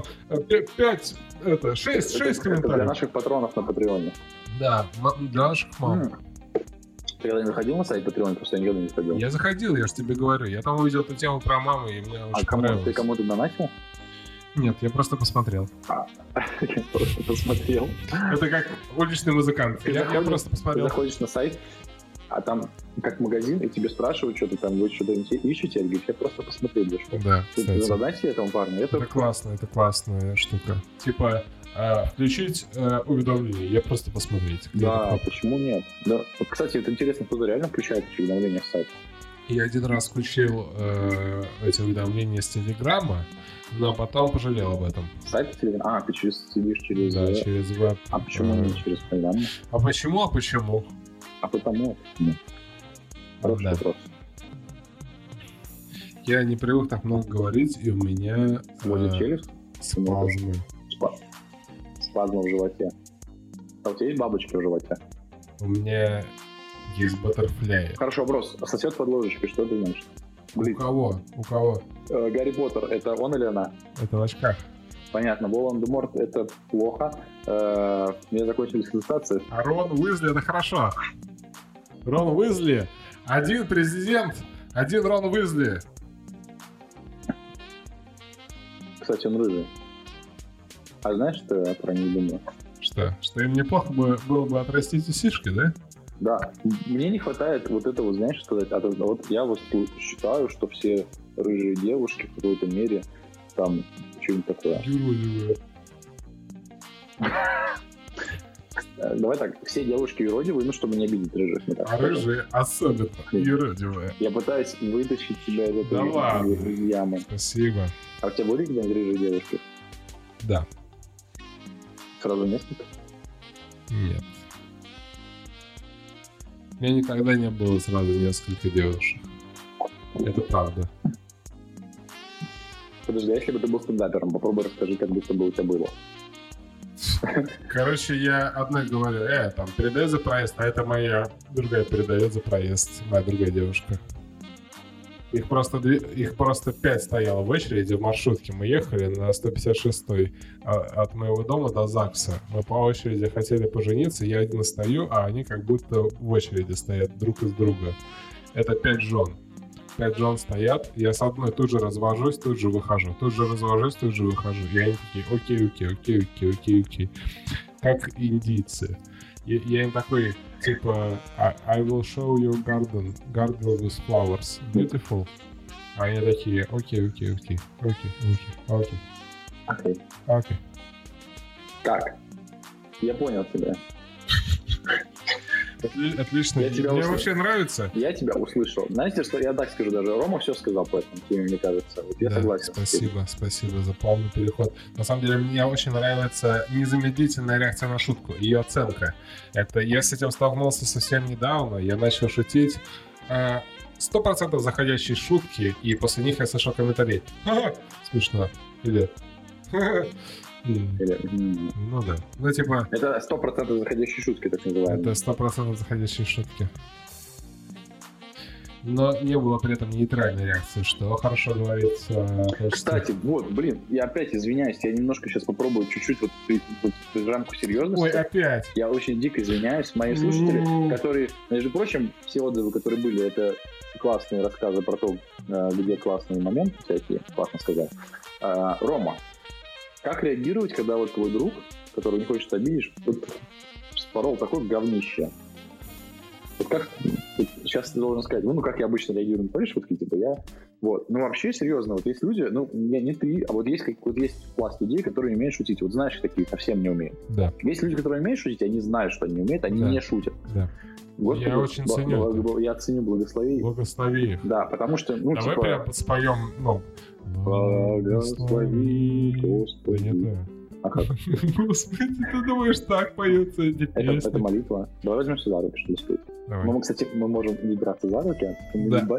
6 комментариев. Это для наших патронов на Патреоне. Да, для наших мам. Ты когда не заходил на сайт Patreon, просто я никогда не заходил. Я заходил, я же тебе говорю. Я там увидел эту тему про маму, и мне очень понравилось. Ты кому-то донатил? Нет, я просто посмотрел. Я просто посмотрел. Это как уличный музыкант. Я просто посмотрел. Ты заходишь на сайт, а там как магазин, и тебе спрашивают, что ты там, вы что-то ищете, я говорю, я просто посмотрел. Да, ты задонатил этому парню? Это классная штука. Типа, включить уведомления, я просто посмотреть. Да, почему нет? Да. Вот, кстати, это интересно, кто-то реально включает эти уведомления в сайт. Я один раз включил эти уведомления с Телеграма, но потом пожалел об этом. Сайт Телеграма? Ты сидишь через... Да, через веб. А почему не через программу? А почему? А потому. Хороший вопрос. Я не привык так много говорить, и у меня... Сводит челюсть? Спазмы. Спазмы в животе. А у тебя есть бабочки в животе? У меня есть баттерфляи. Хороший вопрос. А сосед под ложечкой, что ты знаешь? У кого? Гарри Поттер, это он или она? Это в очках. Понятно. Волан-де-Морт — это плохо. У меня закончились консультации. А Рон Уизли — это хорошо. Рон Уизли. Один президент, один Рон Уизли. Кстати, он рыжий. А знаешь, что я про них думаю? Что им неплохо было бы отрастить усишки, да? Да, мне не хватает вот этого, знаешь, что вот я вот считаю, что все рыжие девушки в какой-то мере там что-нибудь такое. Юродивые. Давай так, все девушки юродивые, ну, чтобы не обидеть рыжих. А рыжие особенно юродивые. Я пытаюсь вытащить тебя из этой ямы. Спасибо. А у тебя были когда-нибудь рыжие девушки? Да. Сразу несколько? Нет. У меня никогда не было сразу несколько девушек. Это правда. Подожди, а если бы ты был стендапером, попробуй расскажи, как будто бы у тебя было. Короче, я одной говорю, там, передай за проезд, а это моя другая передает за проезд, моя другая девушка. Их просто 5 стояло в очереди в маршрутке. Мы ехали на 156-й от моего дома до ЗАГСа. Мы по очереди хотели пожениться, я один стою, а они как будто в очереди стоят друг из друга. Это 5 жен. 5 жен стоят, я с одной тут же развожусь, тут же выхожу. Тут же развожусь, тут же выхожу. И они такие, окей. Как индийцы. Я им такой, типа, I will show you garden with flowers. Beautiful. А они такие, окей. Как? Я понял тебя. Отлично. Мне вообще нравится. Я тебя услышал. Знаете, что я так скажу даже? Рома все сказал по этому теме, мне кажется. Вот я согласен. Спасибо за полный переход. На самом деле, мне очень нравится незамедлительная реакция на шутку, ее оценка. Это я с этим столкнулся совсем недавно. Я начал шутить 100% заходящие шутки, и после них я слышал комментарий. Смешно. Или... Ну да. Ну типа... Это 100% заходящие шутки, так называемые. Это 100% заходящие шутки. Но не было при этом нейтральной реакции, что хорошо говорить. Кстати, вот, блин, я опять извиняюсь, я немножко сейчас попробую чуть-чуть вот в рамку серьезности. Ой, опять! Я очень дико извиняюсь. Мои слушатели, которые, между прочим, все отзывы, которые были, это классные рассказы про то, где классные моменты всякие, классно сказать. Рома, как реагировать, когда вот твой друг, которого не хочешь обидеть, вот спорол такое говнище? Вот как... Вот сейчас ты должен сказать, ну, как я обычно реагирую на твои шутки, типа я... Вот. Ну, вообще, серьезно, вот есть люди, ну, не ты, а вот есть пласт людей, которые не умеют шутить. Вот знаешь, такие совсем не умеют. Да. Есть люди, которые умеют шутить, они знают, что они не умеют, они не шутят. Да. Господи, я очень ценю. Я ценю, благослови. Благослови их. Да, потому что, ну, давай типа... прям споем, ну... Благослови, Господи. Да не то. А как? Господи, ты думаешь, так поются эти песни? Это молитва. Давай возьмемся за руки, чтобы спеть. Давай. Мы, кстати, мы можем не браться за руки, а не ебать.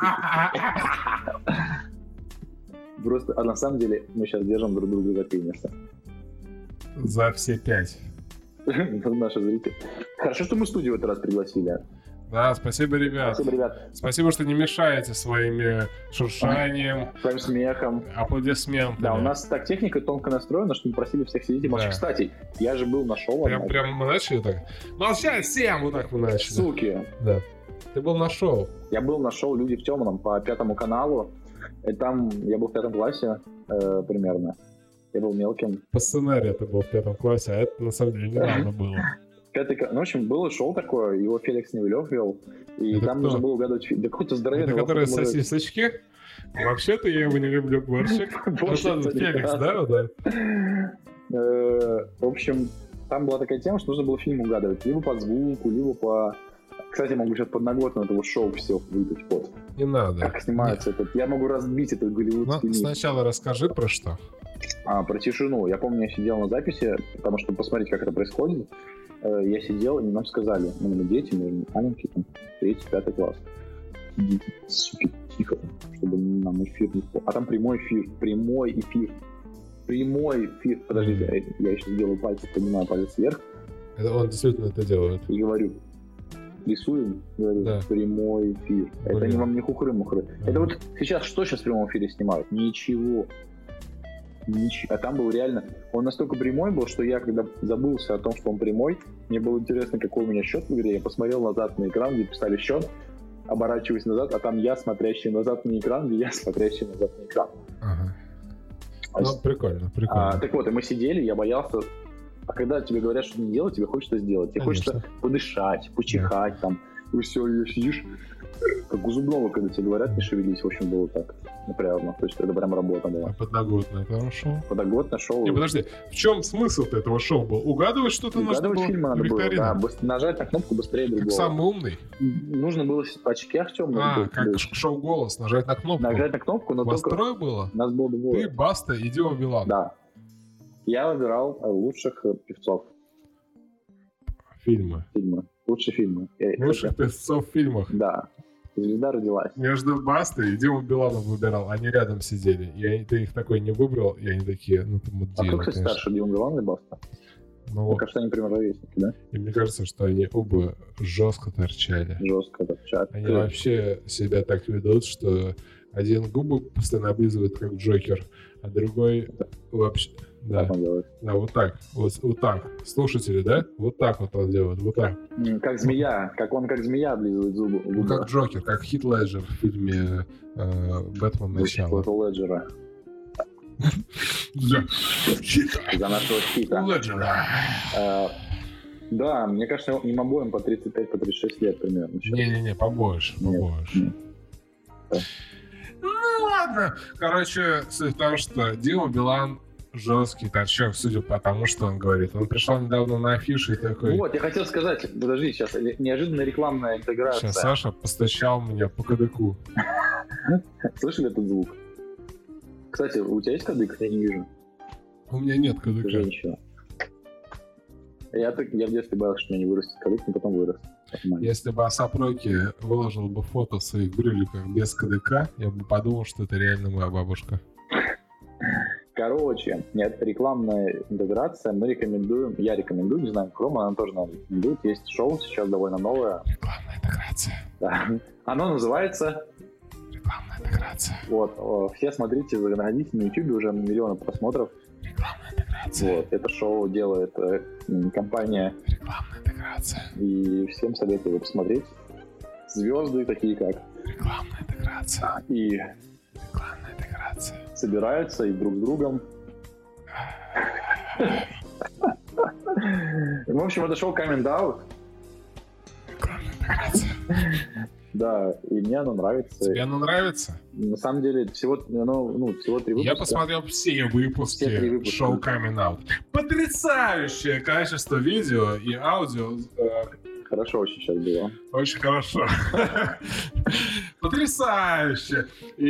Просто, а на самом деле, мы сейчас держим друг друга за пенисы. За все 5. Наши зрители. Хорошо, что мы студию в этот раз пригласили. Да, спасибо, ребят. Спасибо, ребят. Спасибо, что не мешаете своими шуршанием, своим смехом, аплодисментами. Да, у нас так техника тонко настроена, что мы просили всех сидеть и молчать. Да. Кстати, я же был на шоу. Прям мы начали так? Молчать всем! Вот так мы начали. Суки. Да. Ты был на шоу. Я был на шоу «Люди в темном» по 5 каналу. И там я был в 5 классе примерно. Я был мелким. По сценарию ты был в 5 классе, а это на самом деле недавно было. Ну, в общем, было шоу такое, его Феликс Невелев вел, и это там нужно было угадывать... Да какой-то здоровенный... Это который с сосисочки? Вообще-то я его не люблю, Борщик. Феликс, да? В общем, там была такая тема, что нужно было фильм угадывать либо по звуку, либо по... Кстати, я могу сейчас подноготно этого шоу все выдать. Вот. Не надо. Как снимается этот... Я могу разбить этот голливудский мир. Сначала расскажи про что. Про тишину. Я помню, я сидел на записи, потому что посмотреть, как это происходит. Я сидел, и нам сказали, мы дети, мы маленькие, там, 3-5 класс. Сидите, суки, тихо, чтобы нам эфир не... А там прямой эфир. Подождите, я еще сделаю пальцы, поднимаю палец вверх. Это он действительно это делает. И говорю, рисуем, говорю, да. Прямой эфир. Блин. Это не вам не хухры-мухры. Это вот сейчас, что сейчас в прямом эфире снимают? Ничего. А там был реально... Он настолько прямой был, что я, когда забылся о том, что он прямой, мне было интересно, какой у меня счет в игре. Я посмотрел назад на экран, где писали счет, оборачиваюсь назад, а там я, смотрящий назад на экран, где я, смотрящий назад на экран. Ага. Ну, прикольно. Так вот, и мы сидели, я боялся А когда тебе говорят, что не делать, тебе хочется сделать. Тебе хочется подышать, почихать там. И все, и сидишь, как у зубного, когда тебе говорят, не шевелись. В общем, было так напряжно. То есть это прям работа была. А подноготное там шоу? Подноготное шоу. Не, подожди, в чем смысл этого шоу был? Угадывать что-то нужно было? Угадывать фильмы надо было, да. Нажать на кнопку быстрее другого. Как самый умный? Нужно было в очках темных. Как шоу «Голос», нажать на кнопку. Нажать на кнопку, но вас только... трое было? Нас было двое. Ты, Баста и Дима Билан. Да. Я выбирал лучших певцов. Фильмы. Лучшие фильмы. Лучших певцов в фильмах. Да. Звезда родилась. Между Бастой и Димой Биланом выбирал. Они рядом сидели. И ты их такой не выбрал, и они такие, ну ты мудила, А кто, кстати, старше, Дима Билан или Баста? Ну, мне кажется, они примерно ровесники, да? И мне кажется, что они оба жестко торчали. Они вообще себя так ведут, что один губы постоянно облизывает, как Джокер, а другой вообще... Да, вот так. Вот так. Слушатели, да? Вот так вот он делает, вот так. Как змея. Он как змея облизывает зубы. Ну, как Джокер, как Хит Леджер в фильме «Бэтмен. Начало». Леджера. За нашего Хита. Леджера. Да, мне кажется, им обоим по 35, по 36 лет примерно. Не-не-не, побольше. Ну ладно. Короче, суть в том, что Дима Билан жесткий торчок, судя по тому, что он говорит. Он пришел недавно на афишу и такой... Вот, я хотел сказать, подожди, сейчас, неожиданная рекламная интеграция. Сейчас Саша постучал меня по кадыку. Слышали этот звук? Кстати, у тебя есть кадык? Я не вижу. У меня нет кадыка. Женщина. Я в детстве боялся, что у меня не вырастет кадык, но потом вырос. Если бы Асап Роки выложил бы фото в своих брюликах без кадыка, я бы подумал, что это реально моя бабушка. Короче, нет, рекламная интеграция, я рекомендую, не знаю, Крома, она тоже нам рекомендует. Есть шоу сейчас довольно новое. Рекламная интеграция. Да. Оно называется... Рекламная интеграция. Вот, все смотрите, заходите на YouTube, уже миллионы просмотров. Рекламная интеграция. Вот, это шоу делает компания. Рекламная интеграция. И всем советую его посмотреть. Звезды такие как... Рекламная интеграция. И... Рекламная интеграция. Собираются и друг с другом. В общем, это шоу Coming Out. Рекламная интеграция. Да, и мне оно нравится. Тебе оно нравится? На самом деле, всего 3 выпуска. Я посмотрел все выпуски шоу Coming Out. Потрясающее качество видео и аудио. Хорошо очень сейчас было. Очень хорошо. Потрясающе.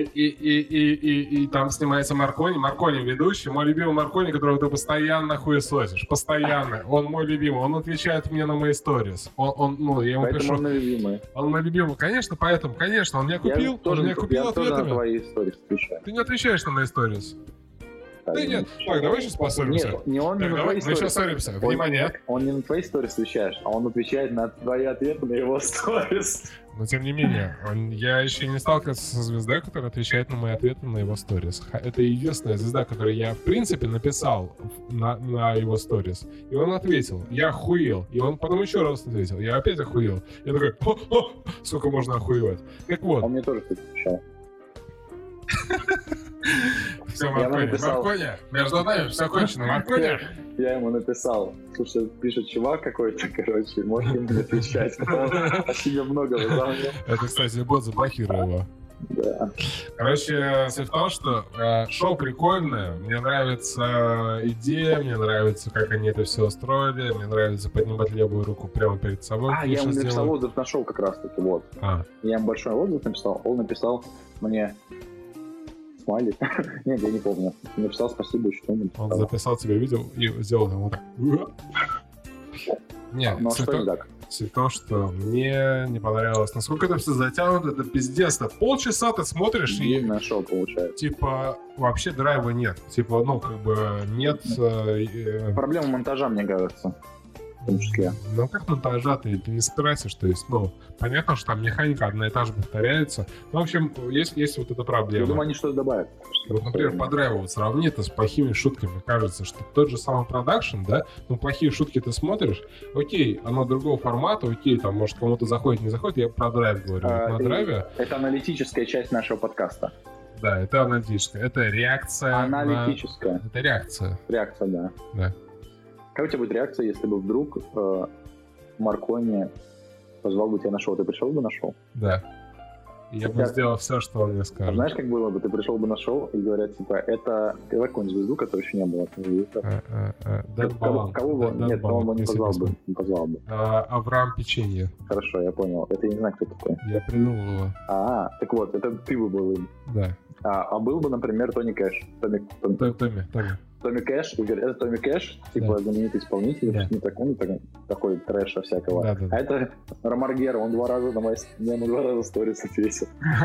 И там снимается Маркони. Маркони ведущий. Мой любимый Маркони, которого ты постоянно хуесосишь. Постоянно. Он мой любимый. Он отвечает мне на мои сторис. Я ему пишу. Он мой любимый. Он мой любимый. Конечно, поэтому. Конечно, он меня купил. Я тоже ответами. на твои сторис отвечаю. Ты не отвечаешь на мои сторис. Да нет, так, давай сейчас поссоримся. Нет, не он не на твои мы сейчас ссоримся. Внимание. Он не на твои сторис отвечаешь, а он отвечает на твои ответы на его сторис. Но тем не менее, я еще не сталкивался со звездой, которая отвечает на мои ответы на его сторис. Это единственная звезда, которую я, в принципе, написал на его сторис. И он ответил. Я охуел. И он потом еще раз ответил. Я опять охуел. Я такой, сколько можно охуевать. Так вот. Он мне тоже отвечал. Все, Маркони, между нами все кончено, Маркони. Я ему написал, слушай, пишет чувак какой-то, короче, можешь ему отвечать, о себе много возомнил. Это, кстати, бот заблокировал его. Да. Короче, суть в том, что шоу прикольное, мне нравится идея, мне нравится, как они это все устроили, мне нравится поднимать левую руку прямо перед собой. Я ему написал отзыв на шоу как раз-таки, вот. Я ему большой отзыв написал, он написал мне... Смайлик. Нет, я не помню. Написал спасибо, что он написал. Он записал тебе видео и сделал ему так. Нет, ну, что не так? Суть в том, что мне не понравилось, насколько это все затянуто, это пиздец. Полчаса ты смотришь и... Длинное шоу получается. Типа, вообще драйва нет. Типа, нет... Проблема монтажа, мне кажется. В том числе. Ну, как монтажа ты не стратишь, то есть, понятно, что там механика одна и та же повторяется. Ну, в общем, есть вот эта проблема. Я думаю, они что-то добавят. Вот, например, по драйву сравни это с плохими шутками. Кажется, что тот же самый продакшн, да, плохие шутки ты смотришь, окей, оно другого формата, окей, там, может, кому-то заходит, не заходит, я про драйв говорю. На драйве... Это аналитическая часть нашего подкаста. Да, это аналитическая. Это реакция. Аналитическая. Это реакция. Реакция, да. Да. Какая у тебя будет реакция, если бы вдруг Маркони позвал бы тебя на шоу? Ты пришел бы на шоу? Да. Я бы сделал все, что он мне скажет. Знаешь, как было бы? Ты пришел бы на шоу и говорят, типа, это какую-нибудь звезду, которой еще не было. Кого? Нет, по-моему, не позвал бы. Авраам Печенье. Хорошо, я понял. Это я не знаю, кто такой. Я придумал его. Так вот, это ты бы был им. Да. А был бы, например, Тони Кэш. Томми Кэш, и говорят, это Томми Кэш, типа знаменитый исполнитель, такой трэша всякого. Да. А это Ромар Гера, он 2 раза на мои сторис ответил.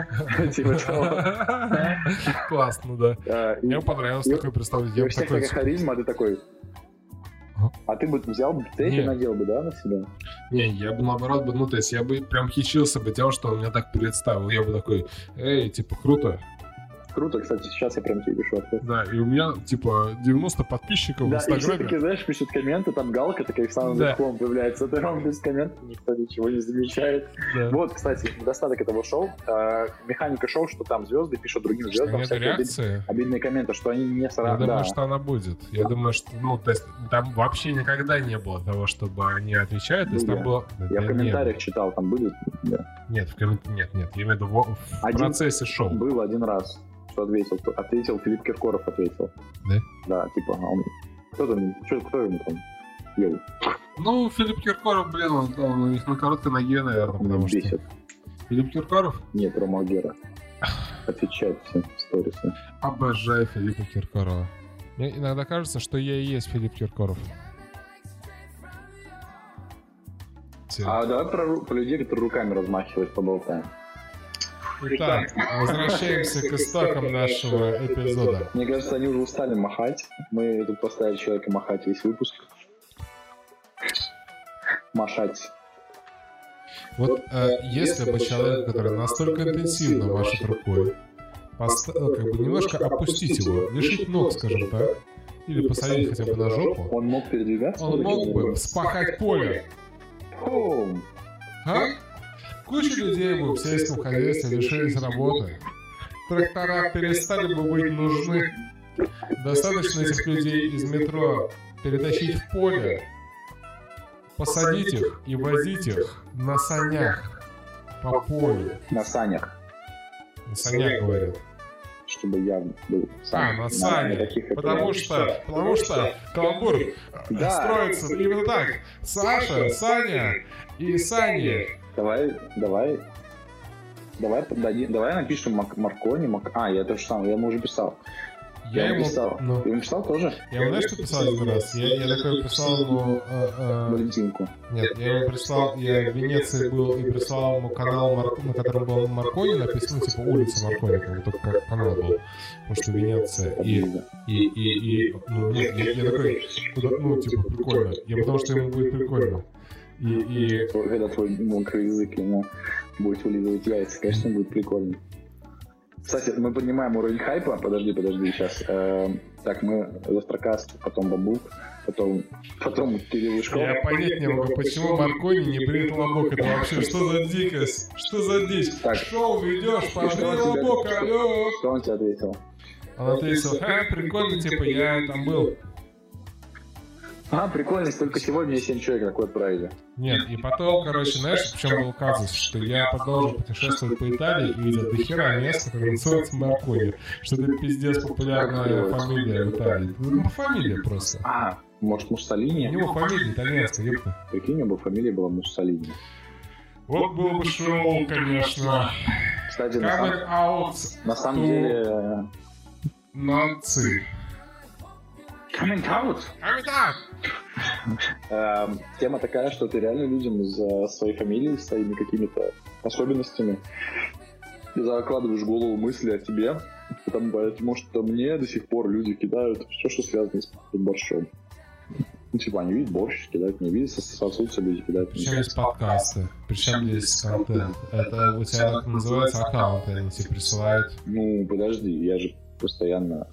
Классно, да. Мне понравилось такое представление. У всех такая харизма, а ты такой... А ты бы взял бы цепь и надел бы, да, на себя? Не, я бы наоборот бы, то есть я бы прям хищился бы тем, что он меня так представил. Я бы такой, типа, круто. Круто, кстати, сейчас я прям тебе пишу ответ. Да, и у меня, типа, 90 подписчиков в Инстаграме. Да, и все таки, знаешь, пишут комменты, там галка такая в самом верхом появляется. Ты ровно без комментов, никто ничего не замечает. Да. Вот, кстати, недостаток этого шоу. Механика шоу, что там звезды пишут другим звездам обидные комменты, что они не сразу... Я думаю, что она будет. Я думаю, что, то есть, там вообще никогда не было того, чтобы они отвечают. То есть там было... Я в комментариях читал, там были... Нет, в комментариях нет. Я имею в виду в процессе шоу. Был один раз. Что ответил? Филипп Киркоров ответил. Да? Да, типа, кто ему там ел? Ну, Филипп Киркоров, блин, он у них на короткой ноге, наверное, потому что... Бесит. Филипп Киркоров? Нет, Рома Гера. Отвечает всем в сторисы. Обожаю Филиппа Киркорова. Мне иногда кажется, что я и есть Филипп Киркоров. Давай про людей, которые руками размахивают, поболтаем. Итак, возвращаемся к истокам нашего эпизода. Мне кажется, они уже устали махать. Мы тут поставили человека махать весь выпуск. Махать. Вот если бы человек, который настолько интенсивно машет рукой, немножко опустить его, лишить ног, скажем так, или посадить хотя бы на жопу, он мог передвигаться? Он мог бы вспахать поле. Куча людей бы в сельском хозяйстве лишились работы. Трактора перестали бы быть нужны. Достаточно этих людей из метро перетащить в поле, посадить их и возить их на санях по полю. На санях? На санях, говорят. Чтобы явно был. На санях. Потому что каламбур строится именно так. Саша, Саня и Саня. Давай напишем Маркони. Я это же сам, я ему уже писал. Я ему писал. Ты ему писал тоже? Я ему, знаешь, что писал один раз? Я такой прислал ему... Валентинку. Нет, я ему прислал... Я в Венеции был и прислал ему канал, на котором был Маркони написано, типа, улица Маркони, только как канал был. Потому что Венеция. Я такой, типа, прикольно. Потому что ему будет прикольно. Когда твой мокрый язык ему будет вылизывать яйца, конечно, будет прикольно. Кстати, мы поднимаем уровень хайпа. Подожди, сейчас. Так, мы Застрокаст, потом Бабук, потом Кирилл Ишков. Я понять не могу, почему Маркони не брит лобок. Это вообще что за дикость? Что за дичь? Так, шоу ведешь, побри лобок, алло. Что он тебе ответил? Он ответил, прикольно, типа, я там был. Прикольно, только сегодня 7 человек такой отправили. Нет, и потом, знаешь, в чем был казус? Что я продолжил путешествовать по Италии и видел дохера мест, которые называются Маркони. Что это пиздец популярная фамилия в Италии. Фамилия просто. Может, Муссолини? У него фамилия итальянская, ёпта. Прикинь, у него фамилия была Муссолини. Вот было бы шоу, конечно. Кстати, на самом деле... Нации. Coming out! Тема такая, что ты реально людям из своей фамилии, своими какими-то особенностями закладываешь в голову мысли о тебе, потому что мне до сих пор люди кидают все, что связано с борщом. Они видят борщ, кидают мне, видят, сосутся люди, кидают мне. Причем есть подкасты, причем есть контент. Это у тебя называется аккаунты, они тебе присылают. Подожди, я же постоянно...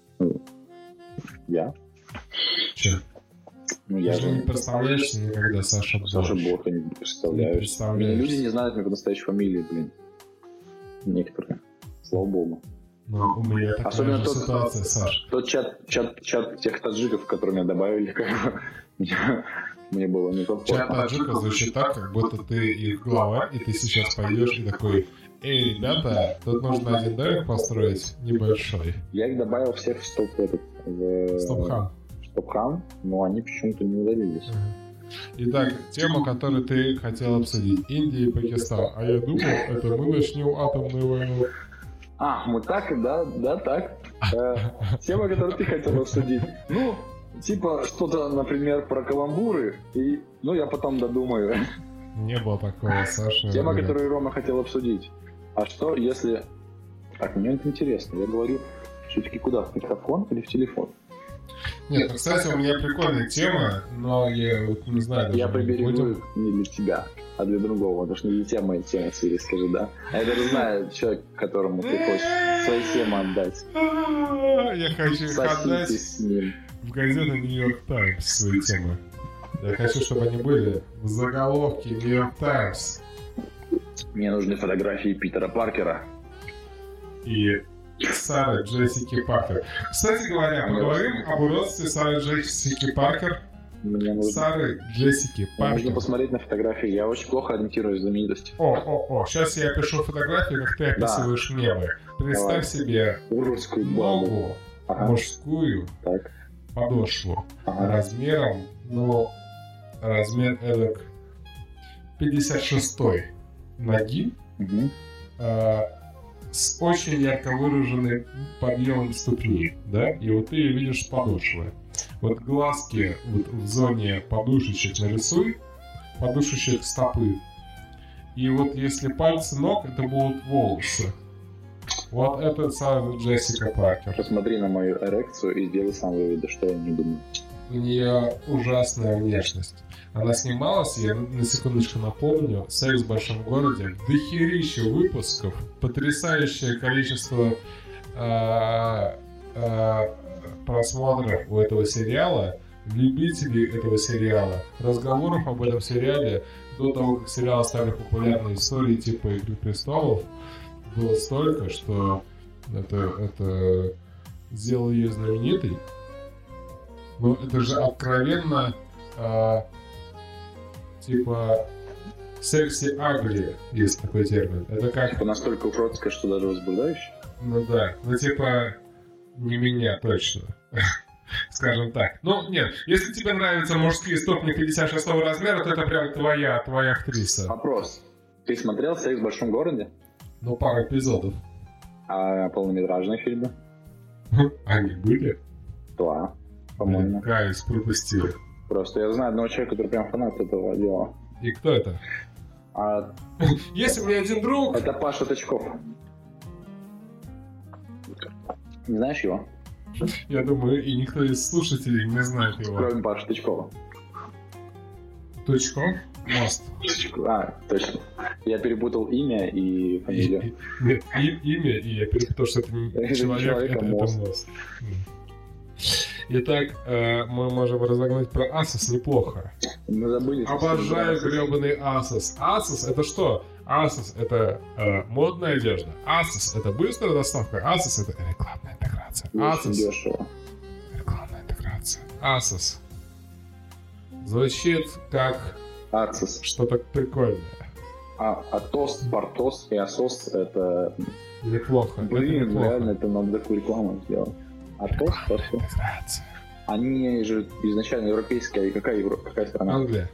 Я? Че? Я же не представляешься никогда Саша Бог. Саша Бог я не представляю. Люди не знают моей настоящей фамилии, блин. Некоторые. Слава богу. Но у меня такая особенно же ситуация, Саш. Тот чат тех таджиков, которые меня добавили, как бы, мне было не то. Чат таджиков звучит так, как будто ты их глава, и ты сейчас пойдешь и такой: эй, ребята, тут нужно один домик построить небольшой. Я их добавил всех в Стопхам, но они почему-то не удалились. Итак, тема, которую ты хотел обсудить: Индия и Пакистан. А я думал, это мы начнем атомную войну. Мы так, да, так. Тема, которую ты хотел обсудить. Ну, типа что-то, например, про каламбуры, и, я потом додумаю. Не было такого, Саша. Тема, которую Рома хотел обсудить. А что, если... Так, мне это интересно. Я говорю, все-таки куда? В микрофон или в телефон? Нет, кстати, у меня прикольная тема, но я вот не знаю даже... Я приберегу их не для тебя, а для другого, потому что не для тебя моя тема, Сири, скажи, да? А я даже знаю человека, которому ты хочешь свои темы отдать. Я хочу их отдать в газету «Нью-Йорк Таймс» свои темы. Я хочу, чтобы они были в заголовке «Нью-Йорк Таймс». Мне нужны фотографии Питера Паркера. И Сары Джессики Паркер. Кстати говоря, поговорим об уродстве Сары Джессики Паркер. Сары Джессики Паркер. Нужно посмотреть на фотографии. Я очень плохо ориентируюсь в знаменитости. Сейчас я опишу фотографию, как ты описываешь мемы. Представь себе ногу, мужскую, подошву, размером, размер эдак 56-й ноги, с очень ярко выраженным подъемом ступни, да, и вот ты видишь подошвы. Вот глазки вот в зоне подушечек нарисуй, подушечек стопы. И вот если пальцы ног, это будут волосы. Вот это Сара Джессика Паркер. Посмотри на мою эрекцию и сделай сам выводы, что я не думаю. У нее ужасная внешность. Она снималась, я на секундочку напомню, «Секс в большом городе», дохерища выпусков, потрясающее количество просмотров у этого сериала, любителей этого сериала, разговоров об этом сериале до того, как сериалы стали популярной историей типа «Игры престолов», было столько, что это сделало ее знаменитой. Но это же откровенно типа секси-агли, есть такой термин. Это как... Это настолько уродское, что даже возбуждающее? Ну да, типа не меня точно. Скажем так. Нет, если тебе нравятся мужские стопни 56-го размера, то это прям твоя актриса. Вопрос. Ты смотрел «Секс в большом городе»? Пару эпизодов. А полнометражные фильмы? Они были? Да, по-моему. Кайс, пропустил. Просто я знаю одного человека, который прям фанат этого дела. И кто это? Есть у меня один друг. Это Паша Тычков. Не знаешь его? Я думаю, и никто из слушателей не знает его. Кроме Паши Тычкова. Тычков? Мост. Точно. Я перепутал имя и фамилию. Нет, имя, и я перепутал, что это не человек, это мост. Итак, мы можем разогнать про Asus неплохо. Мы забыли. Обожаю гребаный Asus. Asus это что? Asus это модная одежда. Asus это быстрая доставка. Asus это рекламная интеграция. Asus дешево. Рекламная интеграция. Asus звучит как Asus. Что-то прикольное. Атос, Портос и Asos это... Неплохо. Блин, реально это надо такую рекламу сделать. Атос, Портос. Они же изначально европейские. Какая страна? Англия.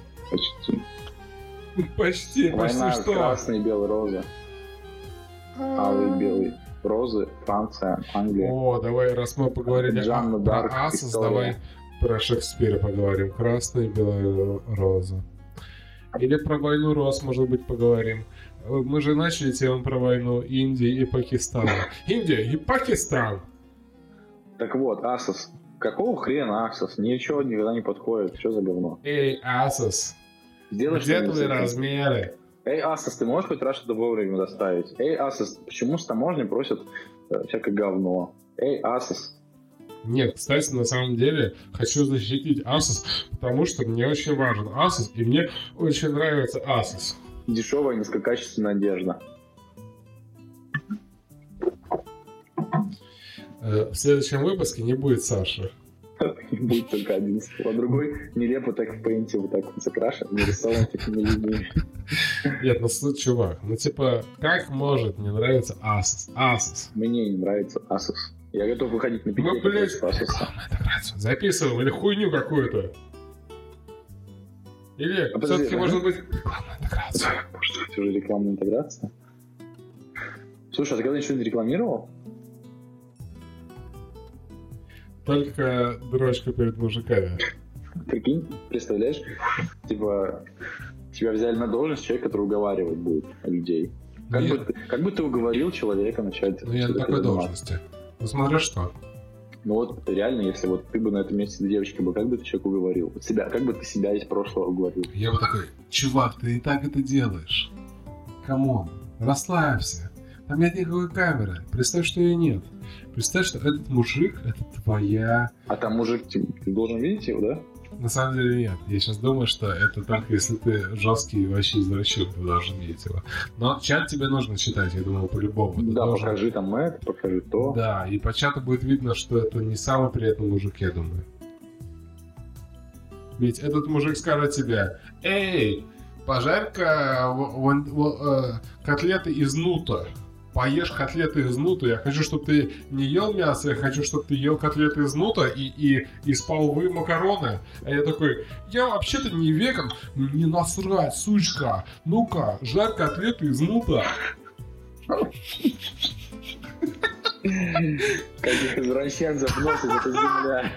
Почти. Война что? Красные и белые розы. Алые белые розы. Франция, Англия. Давай, раз мы поговорили про Asus, история. давай про Шекспира поговорим. Красные и белые розы. Или про войну роз, может быть, поговорим. Мы же начали тему про войну Индии и Пакистана. Индия и Пакистан! Так вот, Asus. Какого хрена Asus? Ничего никогда не подходит. Что за говно? Эй, Asus. Где твои размеры? Эй, Asus, ты можешь хоть раз что-то вовремя доставить? Эй, Asus, почему с таможни просят всякое говно? Эй, Asus. Нет, кстати, на самом деле хочу защитить Asus, потому что мне очень важен Asus, и мне очень нравится Asus. Дешевая низкокачественная одежда. В следующем выпуске не будет Саши. Будет только один стол, а другой нелепо так в пейнте вот так вот закрашен, нарисован такими людьми. Нет, ну, чувак, ну типа, как может не нравиться Asus? Мне не нравится Asus. Я готов выходить на пикет с Asus. Записываем или хуйню какую-то. Или все-таки может быть рекламная интеграция. Что, это уже рекламная интеграция? Слушай, а ты когда-нибудь что-нибудь рекламировал? Только дрочка перед мужиками. Прикинь, представляешь, типа, тебя взяли на должность человек, который уговаривать будет людей. Как бы ты уговорил человека начать... Ну, я на такой должности. Ну, смотря что. Ну вот, реально, если вот ты бы на этом месте девочки бы, как бы ты человека уговорил? Вот себя, как бы ты себя из прошлого уговорил? Я бы такой, чувак, ты и так это делаешь. Камон, расслабься. Там нет никакой камеры. Представь, что ее нет. Представь, что этот мужик — это твоя... А там мужик, ты должен видеть его, да? На самом деле нет. Я сейчас думаю, что это только если ты жесткий вообще извращен, ты должен видеть его. Но чат тебе нужно читать, я думаю, по-любому. Да, должен... покажи там это, покажи то. Да, и по чату будет видно, что это не самый приятный мужик, я думаю. Ведь этот мужик скажет тебе: «Эй, пожарь-ка котлеты из нута. Поешь котлеты из нута. Я хочу, чтобы ты не ел мясо, я хочу, чтобы ты ел котлеты из нута и спал вы макароны». А я такой: «Я вообще-то не веган». «Не насрать, сучка. Ну-ка, жарь котлеты из нута». Каких извращенцев носит эта земля.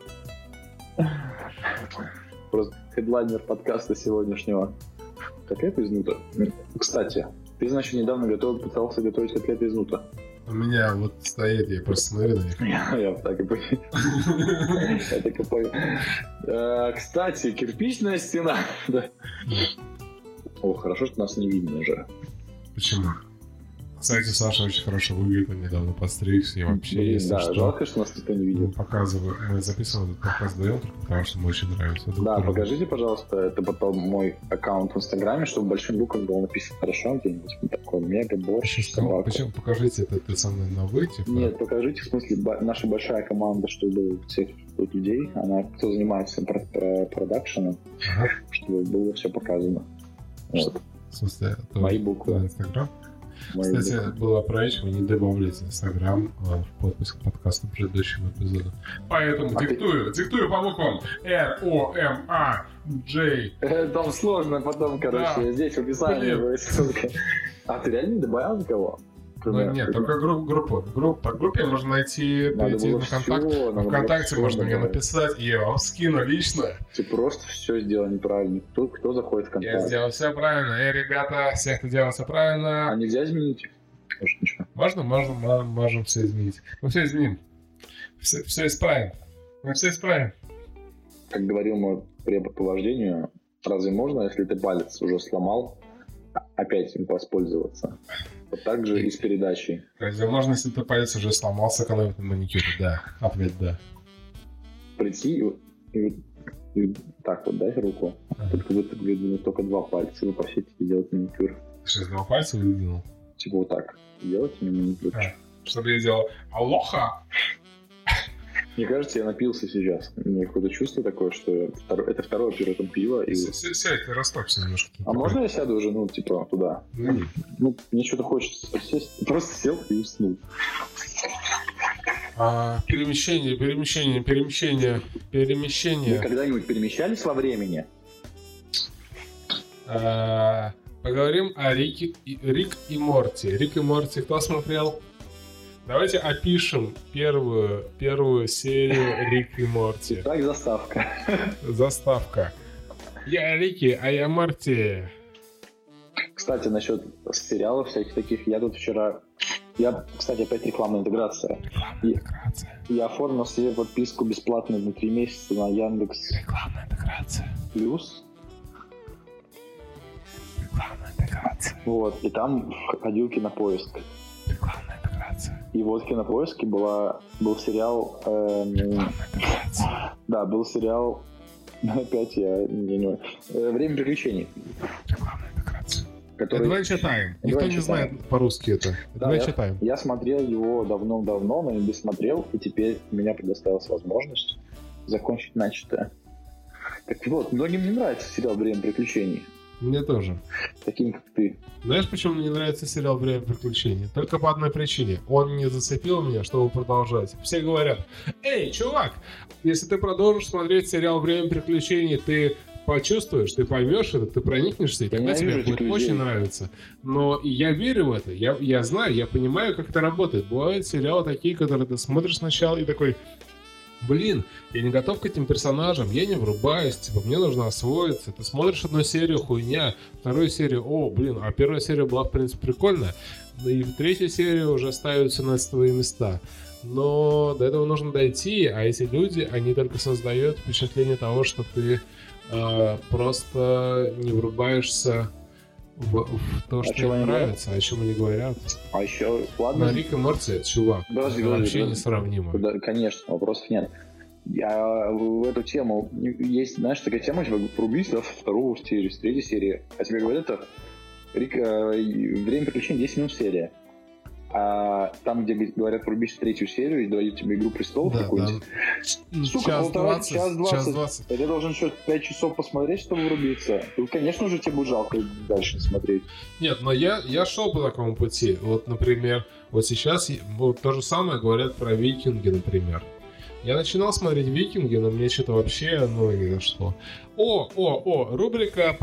Просто хедлайнер подкаста сегодняшнего. Котлеты из нута. Кстати, ты, значит, недавно пытался готовить котлеты из нута. У меня вот стоит, я просто смотрю на них. Я так и понял. Я так и понял. Кстати, кирпичная стена. О, хорошо, что нас не видно же. Почему? Кстати, Саша очень хорошо выглядит, он недавно подстригся, и вообще, если да, что... жалко, что нас никто не видел. Мы записываем этот подкаст вдвоем, только потому что мне очень нравится. Да, покажите, пожалуйста, это потом мой аккаунт в Инстаграме, чтобы большим буквами было написано хорошо, где-нибудь такой мега-борщ. Почему? Покажите, это ты со мной на «вы», типа? Нет, покажите, в смысле, наша большая команда, чтобы всех тут людей, кто занимается продакшеном, чтобы было все показано. Вот. В смысле, мои буквы. Инстаграм? Кстати, было просьба не добавлять Инстаграм в подпись к подкасту предыдущему эпизоду. Поэтому диктую по буквам R-O-M-A-J. Там сложно потом, короче, здесь в описании будет ссылка. А ты реально не добавил никого? Ну, нет, только группу. По группе можно найти, перейти на контакт. ВКонтакте можно мне написать, и я вам скину лично. Ты просто все сделал неправильно. Кто заходит в контакт? Я сделал все правильно. Ребята, все, кто делал все правильно. А нельзя изменить? Может, ничего. Можем все изменить. Мы все изменим. Все исправим. Мы все исправим. Как говорил мой препод по вождению, разве можно, если ты палец уже сломал, опять им воспользоваться? Вот так же и с передачей. Разве можно, если ты палец уже сломал, сэкономить на маникюре? Да. Ответ да. Прийти и так вот дать руку. Только выдвинуть только 2 пальца. Вы попросите делать маникюр. Ты сейчас 2 пальца выдвинул? Типа вот так. Делайте мне маникюр. Чтобы я делал алоха. Мне кажется, я напился сейчас. У меня какое-то чувство такое, что это второе пиротом пива. И... Сядь, расслабься немножко. А можно я сяду уже, типа, туда? Ну, мне что-то хочется сесть. Просто сел и уснул. Перемещение. Вы когда-нибудь перемещались во времени? Поговорим о Рик и Морти. Рик и Морти кто смотрел? Давайте опишем первую серию Рик и Морти. Так, Заставка. Я Рики, а я Морти. Кстати, насчет сериалов всяких таких, я тут вчера... Кстати, опять рекламная интеграция. Я оформил себе подписку бесплатную на 3 месяца на Яндекс. Рекламная интеграция. Плюс. Рекламная интеграция. Вот, и там ходил Кинопоиск. Рекламная интеграция. И вот в Кинопоиске был сериал... Да, был сериал... Опять я не... «Время приключений». Рекламная интеграция. Который... Adventure Time. Никто не знает по-русски это. Adventure Time. Я смотрел его давно-давно, но не досмотрел, и теперь у меня предоставилась возможность закончить начатое. Так вот, многим не нравится сериал «Время приключений». Мне тоже. Таким, как ты. Знаешь, почему мне не нравится сериал «Время приключений»? Только по одной причине. Он не зацепил меня, чтобы продолжать. Все говорят: эй, чувак, если ты продолжишь смотреть сериал «Время приключений», ты почувствуешь, ты поймешь это, ты проникнешься, и тогда тебе будет очень нравиться. Но я верю в это. Я знаю, я понимаю, как это работает. Бывают сериалы такие, которые ты смотришь сначала и такой: блин, я не готов к этим персонажам, я не врубаюсь, типа, мне нужно освоиться. Ты смотришь одну серию, хуйня, вторую серию, а первая серия была, в принципе, прикольная, и в третью серию уже ставятся на свои места. Но до этого нужно дойти, а эти люди, они только создают впечатление того, что ты просто не врубаешься в то, что им нравится, о чем они говорят. А еще, ладно. На Рик и Морти, чувак, вообще несравнимо. Да, конечно, вопросов нет. Я в эту тему... Есть, знаешь, такая тема, типа, врубись с второго серии, с третьей серии. А тебе говорят, это «Время приключений» 10 минут серия. А там, где говорят, врубись в третью серию и дают тебе «Игру престолов» какую-нибудь. Да. Сука, час 20. Ты должен что, 5 часов посмотреть, чтобы врубиться. И, конечно же, тебе будет жалко дальше смотреть. Нет, но я шел по такому пути. Вот, например, вот сейчас вот то же самое говорят про «Викинги», например. Я начинал смотреть «Викинги», но мне что-то вообще, не зашло. Рубрика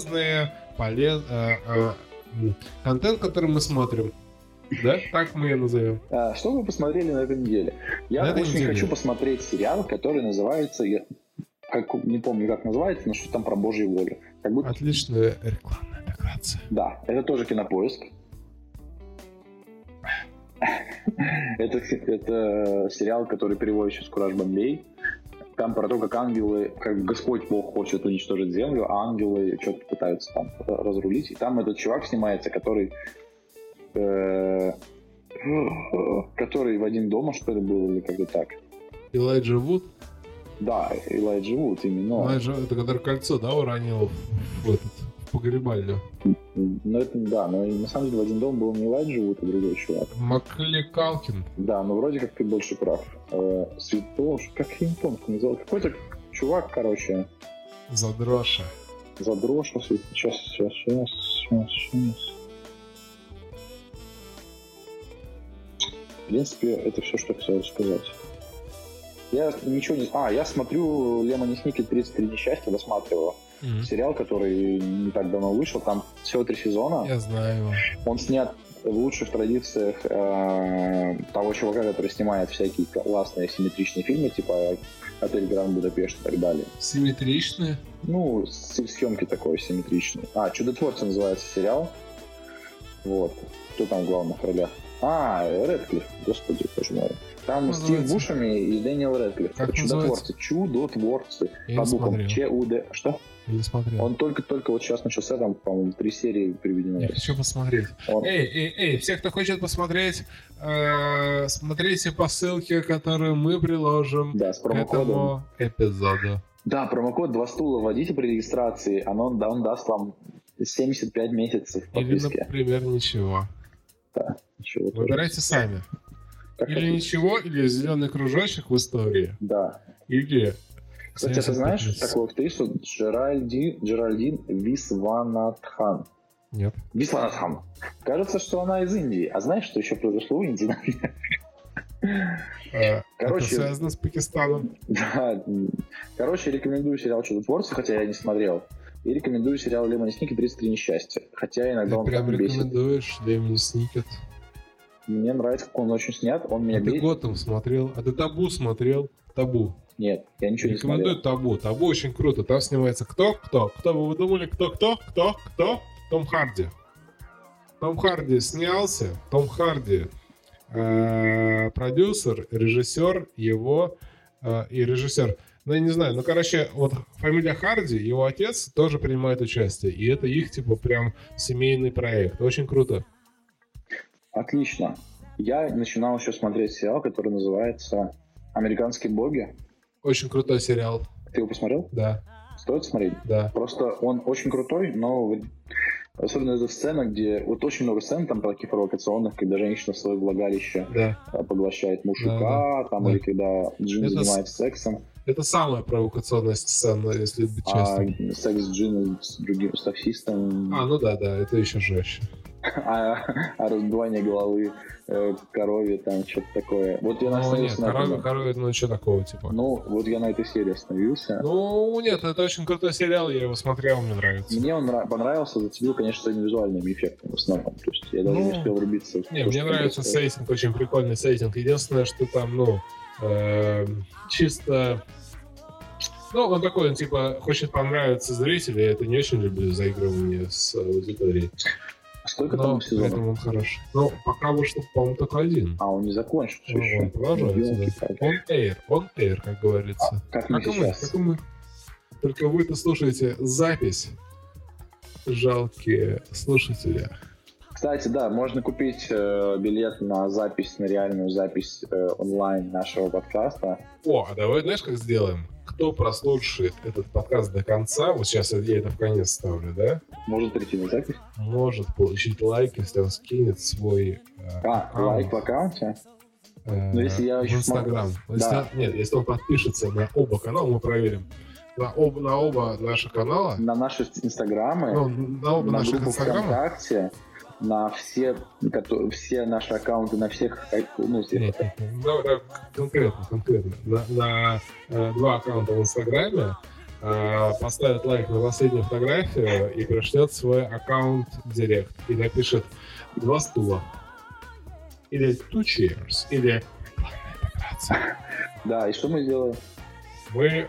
контент, который мы смотрим. Да? Так мы ее назовем. Что вы посмотрели на этой неделе? Я очень хочу посмотреть сериал, который называется... не помню, как называется, но что там про Божью волю. Отличная рекламная интеграция. Да, это тоже Кинопоиск. Это сериал, который переводит сейчас «Кураж Бомбей». Там про то, как ангелы, как Господь Бог хочет уничтожить землю, а ангелы что-то пытаются там разрулить. И там этот чувак снимается, который в «Один дома», что ли, был, или как-то так. Элайджа Вуд? Да, Элайджа Вуд, именно. Это который кольцо, да, уронил в погребальню? Ну, это, да, но на самом деле «В один дом» был не Элайджа Вуд, а другой чувак. Макли Калкин. Да, но вроде как ты больше прав. Как я не помню, как называл. Какой-то чувак, короче. Задроша. Сейчас. В принципе, это все, что я хотел сказать. Я ничего не... я смотрю «Лемони Сникет 33 несчастья», досматриваю. Сериал, который не так давно вышел, там всего 3 сезона. Я знаю его. Он снят в лучших традициях того чувака, который снимает всякие классные симметричные фильмы, типа «Отель Гранд Будапешт» и так далее. Симметричные? Съемки такой симметричные. «Чудотворцы» называется сериал. Вот. Кто там в главных ролях? Рэдклифф, господи, боже мой. Там Стив Бушеми и Дэниел Рэдклифф. Чудотворцы. По буквам ЧУД. Что? Я не смотрел. Он только вот сейчас начался, там, по-моему, 3 серии приведено. Я хочу посмотреть. Эй, все, кто хочет посмотреть, смотрите по ссылке, которую мы приложим к этому эпизоду. Да, промокод 2 стула вводите при регистрации, он даст вам 75 месяцев подписки. Или, например, ничего. Да, ничего. Выбирайте сами. Или ничего, или зеленый кружочек в истории. Да. Или... Кстати, ты знаешь такую актрису Джеральдин Висванатхан? Нет. Висванатхан. Кажется, что она из Индии. А знаешь, что еще произошло в Индии? Это связано с Пакистаном. Да. Рекомендую сериал «Чудотворцы», хотя я не смотрел. И рекомендую сериал «Лемони Сникет 33 несчастья». Хотя иногда он прям рекомендуешь «Лемони Сникет»? Мне нравится, как он очень снят. Он меня бесит. Ты «Готэм» смотрел? А ты «Табу» смотрел? «Табу». Нет, я ничего не смотрел. Рекомендую «Табу». «Табу» очень круто. Там снимается кто? Кто вы думали? Кто? Том Харди. Том Харди снялся. Том Харди продюсер, режиссер его и режиссер. Я не знаю, вот фамилия Харди, его отец тоже принимает участие. И это их, прям семейный проект. Очень круто. Отлично. Я начинал еще смотреть сериал, который называется «Американские боги». Очень крутой сериал. Ты его посмотрел? Да. Стоит смотреть? Да. Просто он очень крутой, но Особенно эта сцена, где вот очень много сцен там таких провокационных, когда женщина в свое влагалище поглощает мужика, там, или когда Джин занимается сексом. Это самая провокационная сцена, если быть честным. А секс с Джином с другим таксистом. Ну да, это еще жестче. А разбивание головы корове, там что-то такое. Вот я остановился на этом. Корове, ну что такого, типа? Ну, вот я на этой серии остановился. Ну, нет, это очень крутой сериал, я его смотрел, мне нравится. Мне он понравился, зацепил, конечно, своими визуальными эффектами в основном. То есть я даже не успел врубиться. Не, мне нравится сеттинг, очень прикольный сеттинг. Единственное, что там, чисто... Ну, он такой, он типа хочет понравиться зрителю, я это не очень люблю, заигрывание с аудиторией. Сколько там сезонов? Поэтому он хороший. Ну, пока вышло, по-моему, только один. А, он не закончился еще. Он продолжается, да. Он air, как говорится. Как мы сейчас. Как мы. Только вы-то слушаете запись. Жалкие слушатели. Кстати, да, можно купить билет на запись, на реальную запись онлайн нашего подкаста. А давай, знаешь, как сделаем? Кто прослушает этот подкаст до конца, вот сейчас я это в конец ставлю, да? Может прийти на запись? Может получить лайк, если он скинет свой лайк в аккаунте? Ну, если я еще в Инстаграм. Если он подпишется на оба канала, мы проверим. На оба наших канала. На наши инстаграмы. На оба наших инстаграма. ВКонтакте. На все наши аккаунты, на всех... Нет, конкретно. На 2 аккаунта в Инстаграме поставит лайк на последнюю фотографию и пришлет свой аккаунт в директ. И напишет 2 стула. Или 2 chairs. Или рекламная интеграция. Да, и что мы сделаем? Мы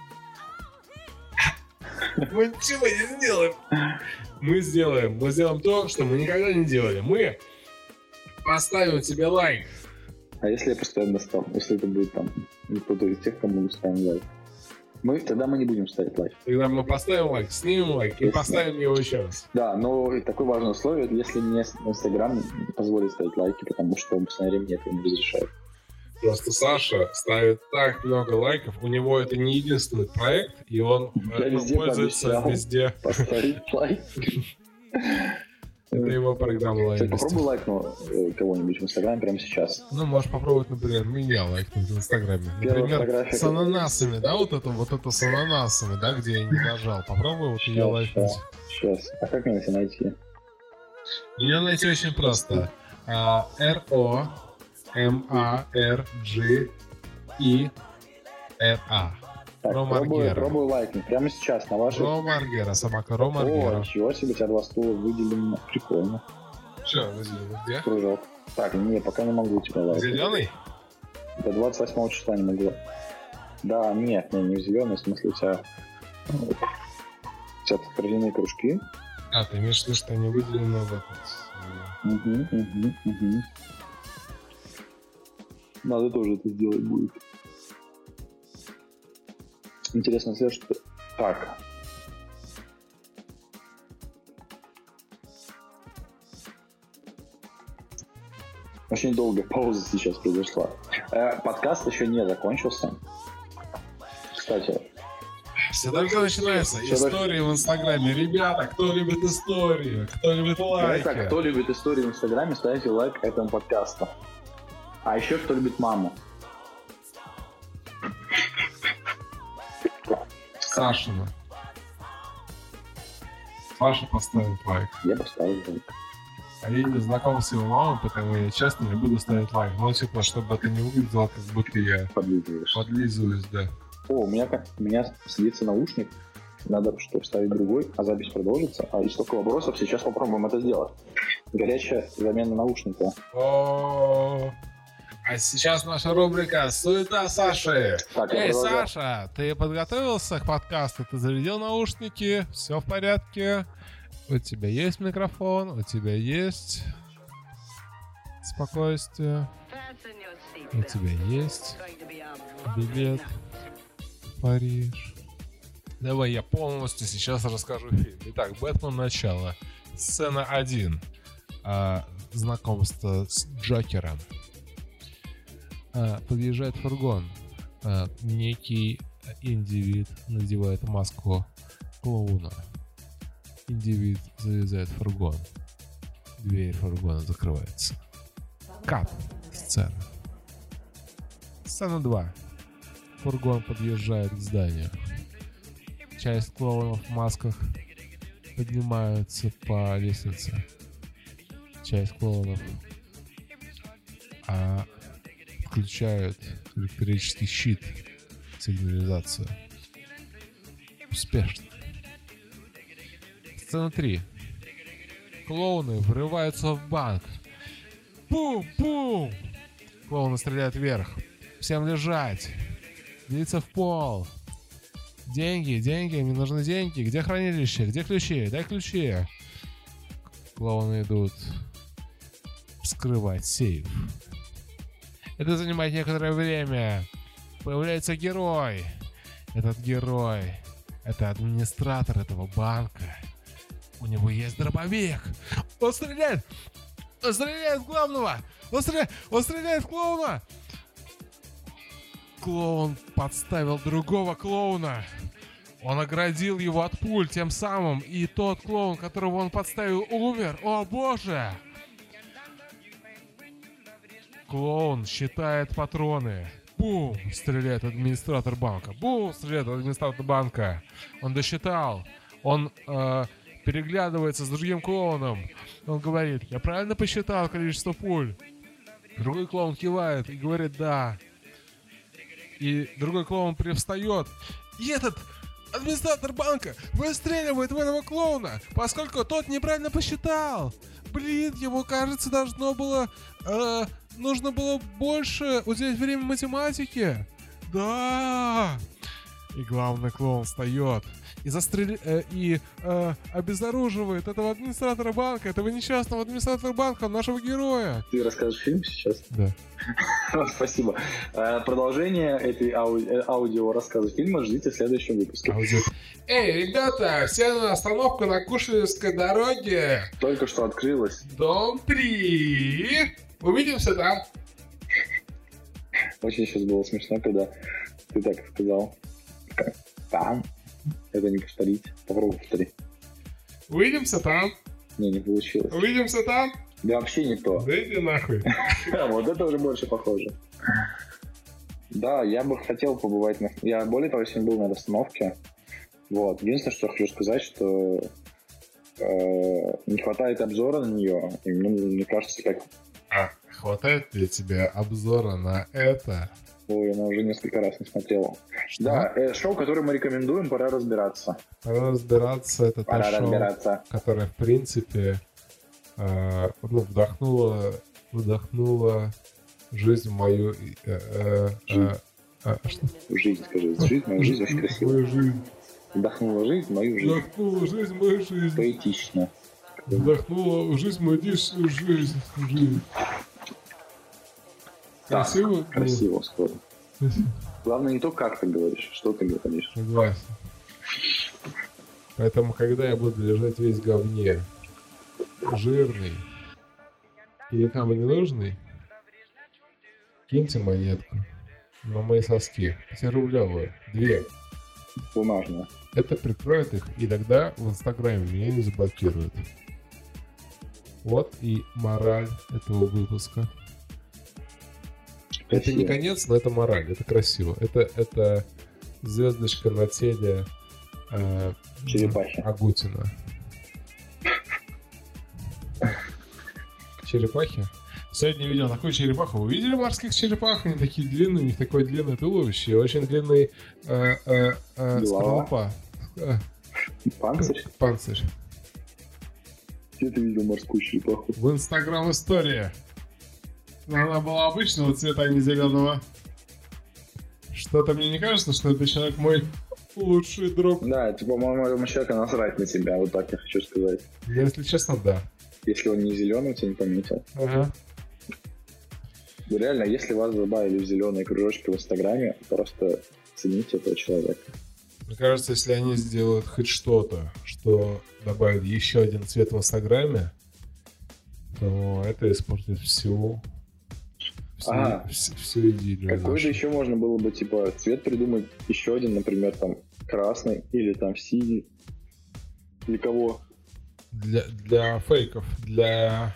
ничего не сделаем. Мы сделаем то, что мы никогда не делали. Мы поставим тебе лайк. А если я постоянно ставлю? Если это будет там кто-то из тех, кому мы ставим лайк? Тогда мы не будем ставить лайк. Тогда мы поставим лайк, снимем лайк и поставим его еще раз. Да, но такое важное условие, если мне Инстаграм позволит ставить лайки, потому что в последнее время мне этого не разрешает. Просто Саша ставит так много лайков, у него это не единственный проект, и он пользуется везде. Поставить лайк. Это его программа лояльности. Попробуй лайкну кого-нибудь в Инстаграме прямо сейчас. Ну, можешь попробовать, например, меня лайкнуть в Инстаграме. Например, с ананасами, да, вот это с ананасами, да, где я не нажал. Попробуй вот ее лайкнуть. Сейчас. А как мне это найти? Меня найти очень просто. ROMARGERA. Пробую лайкнуть прямо сейчас на вашей... Ромаргера, собака Ромаргера. Ничего себе, у тебя 2 стула выделены. Прикольно. Что выделено? Где? Кружок. Так, пока не могу тебя лайкнуть. Зеленый? До 28 числа не могу. Да, нет, не зеленый, в смысле у тебя травяные кружки. Ты имеешь в виду, что они выделены в этот... Надо тоже это сделать будет. Интересно, что... Так. Очень долгая пауза сейчас произошла. Подкаст еще не закончился. Кстати. Все только начинается. Истории в Инстаграме. Ребята, кто любит истории? Кто любит лайки? Так, кто любит истории в Инстаграме, ставьте лайк этому подкасту. А еще кто любит маму? Сашина. Саша поставит лайк. Я поставил лайк. А я не знаком с его мамой, поэтому я часто не буду ставить лайк. Ну, типа, чтобы это не выглядело, как будто я подлизываюсь, да. У меня садится наушник. Надо, чтобы вставить другой, а запись продолжится. А из столько вопросов, сейчас попробуем это сделать. Горячая замена наушника. А сейчас наша рубрика «Суета Саши». Эй, Саша, ты подготовился к подкасту? Ты зарядил наушники? Все в порядке? У тебя есть микрофон? У тебя есть спокойствие? У тебя есть билет в Париж? Давай я полностью сейчас расскажу фильм. Итак, «Бэтмен. Начало». Сцена 1. Знакомство с Джокером. Подъезжает фургон. Некий индивид надевает маску клоуна Индивид залезает в фургон. Дверь фургона закрывается. Кап. Сцена. Сцена 2. Фургон подъезжает к зданию. Часть клоунов в масках поднимаются по лестнице. Часть клоунов включают электрический щит, сигнализацию. Успешно. Сцена 3. Клоуны врываются в банк. Бум-бум! Клоуны стреляют вверх. Всем лежать. Лица в пол. Деньги, мне нужны деньги. Где хранилище? Где ключи? Дай ключи. Клоуны идут вскрывать сейф. Это занимает некоторое время. Появляется герой. Этот герой — это администратор этого банка. У него есть дробовик. Он стреляет! Он стреляет в главного! Он стреляет в клоуна! Клоун подставил другого клоуна. Он оградил его от пуль тем самым. И тот клоун, которого он подставил, умер. О боже! Клоун считает патроны. Бум! Стреляет администратор банка. Бум! Стреляет администратор банка. Он досчитал. Он переглядывается с другим клоуном. Он говорит: я правильно посчитал количество пуль? Другой клоун кивает и говорит: да. И другой клоун привстает. И этот администратор банка выстреливает в этого клоуна, поскольку тот неправильно посчитал. Блин, ему, кажется, нужно было больше уделять время математике. Да. И главный клоун встает и обезоруживает этого администратора банка, этого несчастного администратора банка, нашего героя. Ты расскажешь фильм сейчас? Да. Спасибо. Продолжение этой аудио рассказа фильма ждите в следующем выпуске. Эй, ребята, все на остановку на Кушелевской дороге. Только что открылась. Дом 3. Увидимся там. Очень сейчас было смешно, когда ты так сказал. Там. Это не повторить. Попробуй повторить. Увидимся там. Не получилось. Увидимся там. Да вообще не то. Да иди нахуй. Вот это уже больше похоже. Да, я бы хотел побывать Я, более того, сегодня был на остановке. Вот. Единственное, что хочу сказать, что не хватает обзора на нее. И мне кажется, как... Хватает ли тебе обзора на это? Ой, она уже несколько раз не смотрела. Что? Да, шоу, которое мы рекомендуем, «Пора разбираться». «Пора разбираться» — это то шоу, которое, в принципе, вдохнуло жизнь в мою... Жизнь, скажи. Жизнь, мою жизнь очень красиво. Мою жизнь. Вдохнула жизнь в мою жизнь. Вдохнула жизнь в мою жизнь. Поэтично. Вдохнула в жизнь в мою жизнь. Красиво? Красиво, скоро. Главное не то, как ты говоришь, что ты говоришь. Согласен. Поэтому, когда я буду лежать весь в говне, жирный и никому не нужный, киньте монетку на мои соски, 5-рублевую, 2. Бумажная. Это прикроет их, и тогда в Инстаграме меня не заблокируют. Вот и мораль этого выпуска. Спасибо. Это не конец, но это мораль, это красиво. Это звездочка на теле черепахи. Агутина. Черепахи? Сегодня видел такую черепаху. Вы видели морских черепах? Они такие длинные, у них такое длинное туловище, очень длинный скорлупа. Панцирь. Где ты видел морскую черепаху? В Инстаграм-истории. Она была обычного цвета, а не зеленого. Что-то мне не кажется, что этот человек мой лучший друг. Да, это, по-моему, этому человеку насрать на тебя, вот так я хочу сказать. Если честно, да. Если он не зеленый, тебя не пометил. Ага. Реально, если вас добавили в зеленые кружочки в Инстаграме, просто цените этого человека. Мне кажется, если они сделают хоть что-то, что добавит еще один цвет в Инстаграме, то это испортит всю идею. Какой-то еще можно было бы, типа, цвет придумать еще один, например, там, красный или там синий. Для кого? для фейков, для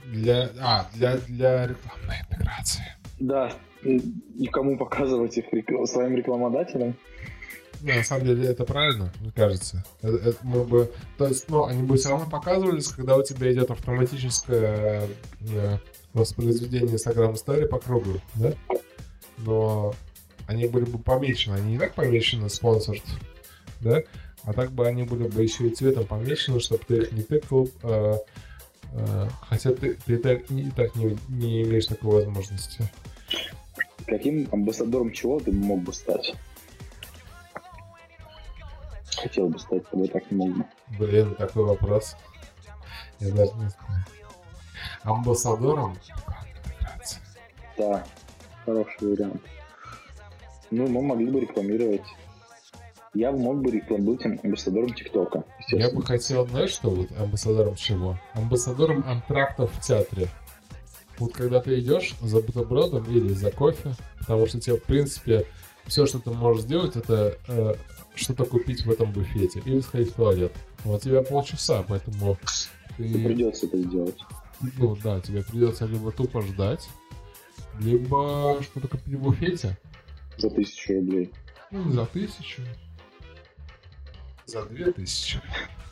рекламной интеграции. Да, и кому показывать их своим рекламодателям? Не, на самом деле это правильно, мне кажется. То есть, они бы все равно показывались, когда у тебя идет автоматическое воспроизведение Instagram Story по кругу, да? Но они были бы помечены, они не так помечены sponsored, да? А так бы они были бы еще и цветом помечены, чтобы ты их не тыкал, хотя ты и так не имеешь такой возможности. Каким амбассадором чего ты мог бы стать? Хотел бы стать, тобой так не мог бы. Блин, такой вопрос. Я даже не знаю. Амбассадором? Да, хороший вариант. Мы могли бы рекламировать. Я мог бы рекламировать амбассадором ТикТока. Я бы хотел, знаешь, что вот амбассадором чего? Амбассадором антрактов в театре. Вот когда ты идешь за бутербродом или за кофе, потому что тебе, в принципе, все, что ты можешь сделать, это что-то купить в этом буфете или сходить в туалет. Вот у тебя полчаса, поэтому придется это сделать. Ну да, тебе придется либо тупо ждать, либо что-то купить в буфете. За 1000 рублей. Ну, за 1000. За 2000.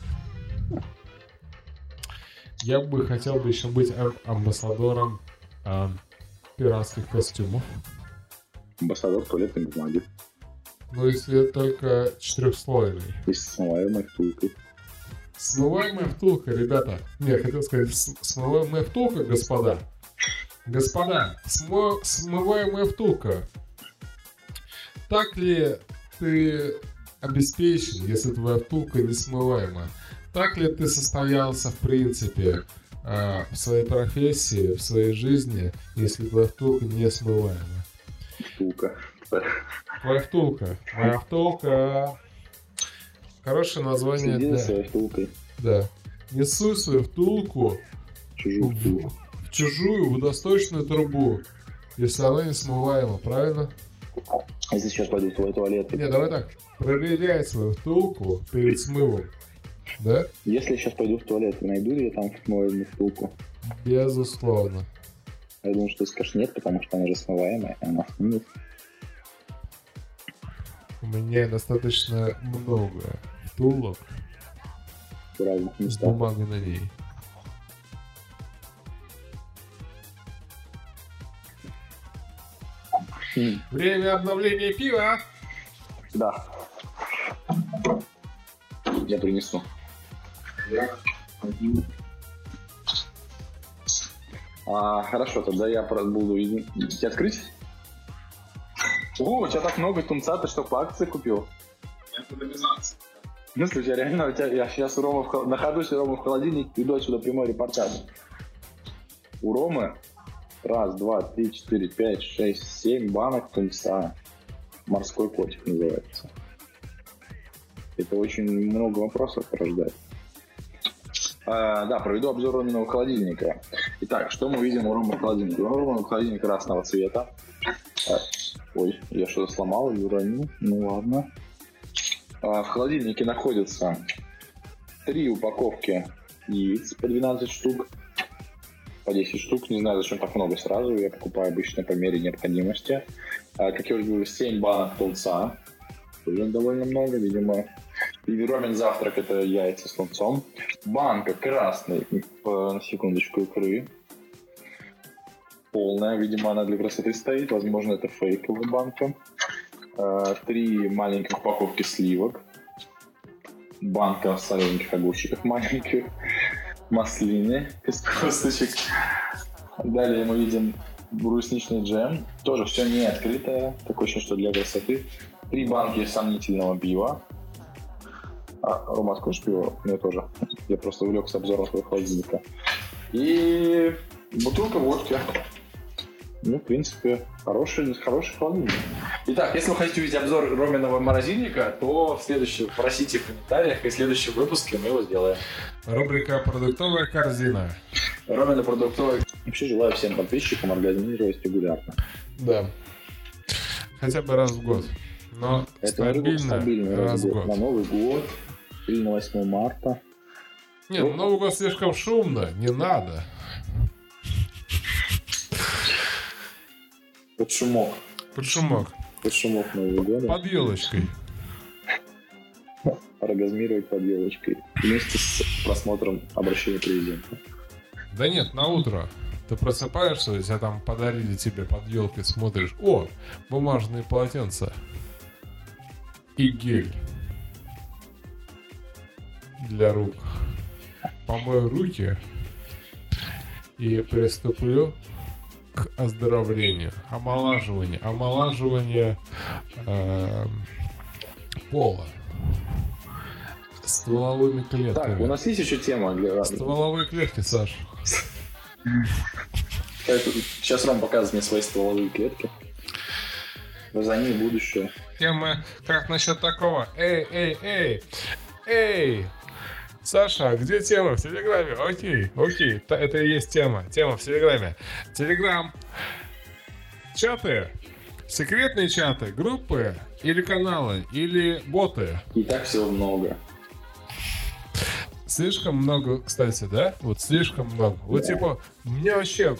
Я бы хотел бы еще быть амбассадором пиратских костюмов. Амбассадор туалетной бумаги. Ну, если только 4-слойный. И с смываемой втулкой. Смываемая втулка, ребята. Не, я хотел сказать, смываемая втулка, господа. Господа, смываемая втулка. Так ли ты обеспечен, если твоя втулка не смываема? Так ли ты состоялся, в принципе, в своей профессии, в своей жизни, если твоя втулка не смываема? Втулка. Твоя втулка. Моя втулка. Хорошее название для... своей втулкой. Да. Несу свою втулку в чужую водосточную трубу, если она не смываема, правильно? А если сейчас пойду в твой туалет? Не, давай так. Проверяй свою втулку перед смывом. Да? Если я сейчас пойду в туалет, найду ли я там смываемую втулку? Безусловно. Я думаю, что ты скажешь нет, потому что она же смываемая, и она смыт. У меня достаточно много втулок в разных с местах. бумагой на ней. Время обновления пива. Да. Я принесу. Хорошо, тогда я буду идти открыть. О, у тебя так много тунца, ты что, по акции купил? Ну, слушай, реально, я сейчас у Ромы нахожусь, Рома в холодильнике, иду отсюда прямой репортаж. У Ромы 1, 2, 3, 4, 5, 6, 7 банок тунца. Морской котик называется. Это очень много вопросов порождает. Да, проведу обзор Роминого холодильника. Итак, что мы видим у Ромы в холодильнике? У Ромы холодильник красного цвета. Ой, я что-то сломал или уронил. Ну ладно. В холодильнике находятся 3 упаковки яиц по 12 штук. По 10 штук. Не знаю, зачем так много сразу. Я покупаю обычно по мере необходимости. Как я уже говорил, 7 банок тунца. Тоже довольно много, видимо. И Ромин завтрак — это яйца с тунцом. Банка красной, на секундочку, икры. Полная, видимо, она для красоты стоит. Возможно, это фейковая банка. 3 маленьких упаковки сливок. Банка солененьких огурчиков маленьких. Маслины из косточек. Далее мы видим брусничный джем. Тоже все не открытое. Такое ощущение, что для красоты. 3 банки сомнительного пива. Рома, откроешь пиво? Мне тоже. Я просто увлекся обзором своего холодильника. И бутылка водки. Ну, в принципе, хороший холодильник. Итак, если вы хотите увидеть обзор Роминого морозильника, то просите в комментариях, и в следующем выпуске мы его сделаем. Рубрика «Продуктовая корзина». Ромина продуктовая. Вообще желаю всем подписчикам организовать регулярно. Да. Хотя бы раз в год. Но это стабильно раз в год. На Новый год или на 8 марта. Нет, Новый год слишком шумно, не надо. Под шумок. Под шумок. Под шумок Нового года. Под елочкой. Оргазмировать под елочкой. Вместе с просмотром обращения президента. Да нет, на утро. Ты просыпаешься, если там подарили тебе под елкой, смотришь, о, бумажные полотенца и гель для рук. Помою руки и приступлю к оздоровлению, омолаживанию пола стволовыми клетками. Так, у нас есть еще тема для... Стволовые клетки, Саш. Сейчас Ром показывает мне свои стволовые клетки. За ними будущее. Тема, как насчет такого? Эй! Саша, где тема? В Телеграме. Окей. Это и есть тема. Тема в Телеграме. Телеграм. Чаты. Секретные чаты, группы или каналы, или боты. И так всего много. Слишком много, кстати, да? Вот слишком много. Вот типа, мне вообще,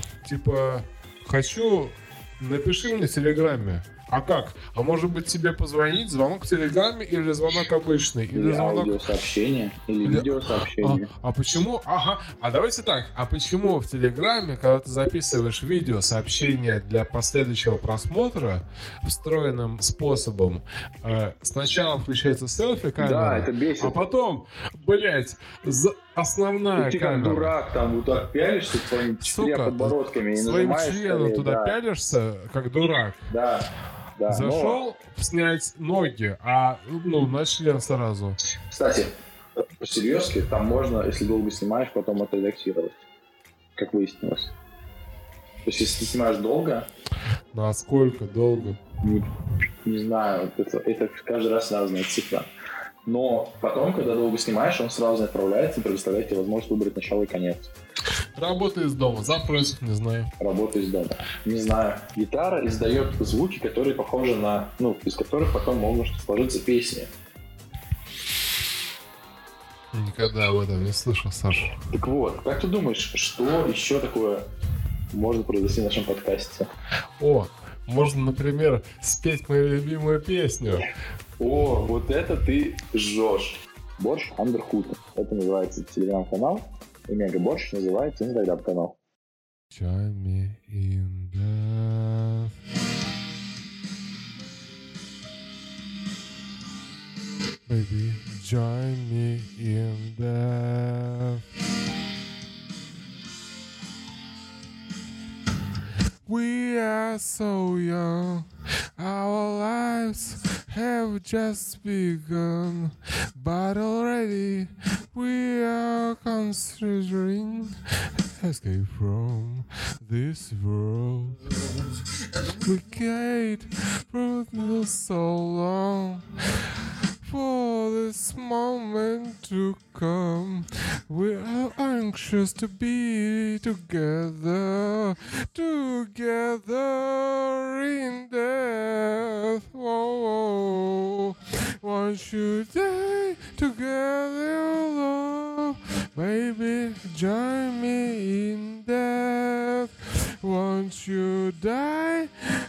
хочу, напиши мне в Телеграме. А как? А может быть тебе позвонить? Звонок в Телеграме или звонок обычный? Или звонок... аудиосообщение, или видеосообщение. А почему? Ага. А давайте так. А почему в Телеграме, когда ты записываешь видеосообщение для последующего просмотра встроенным способом, сначала включается селфи-камера, да, это бесит. А потом, основная ты камера. Как дурак, там вот так пялишься своими подбородками и своим нажимаешь членом туда да. Пялишься, как дурак. Да. Зашел снять ноги, на член сразу. Кстати, по-серьезки, там можно, если долго снимаешь, потом отредактировать. Как выяснилось. То есть, если ты снимаешь долго... Насколько долго? Не знаю, это каждый раз разная цифра. Но потом, когда долго снимаешь, он сразу отправляется и предоставляет тебе возможность выбрать начало и конец. Работа из дома. Запросик, не знаю. Работа из дома. Не знаю. Гитара издает звуки, которые похожи на... из которых потом могут сложиться песни. Никогда об этом не слышал, Саша. Так вот, как ты думаешь, что еще такое может произойти в нашем подкасте? Можно, например, спеть мою любимую песню. Вот это ты жжешь. Борщ Андерхут. Это называется телеграм-канал. И Мега Борщ называется Инстаграм-канал. Join me in the... Baby, join me in the... We are so young, our lives have just begun, but already we are considering escape from this world. We can't for so long for this moment to come. We are anxious to be together in death. Whoa. Won't you die together, love? Baby, join me in death. Won't you die?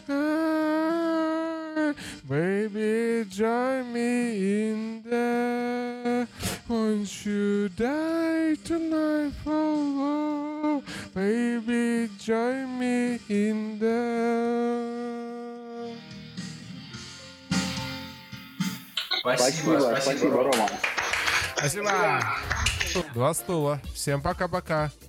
Baby, join me in death. Won't you die tonight for love? Baby, join me in death. Спасибо, Рома. Спасибо. 2 стула. Всем пока-пока.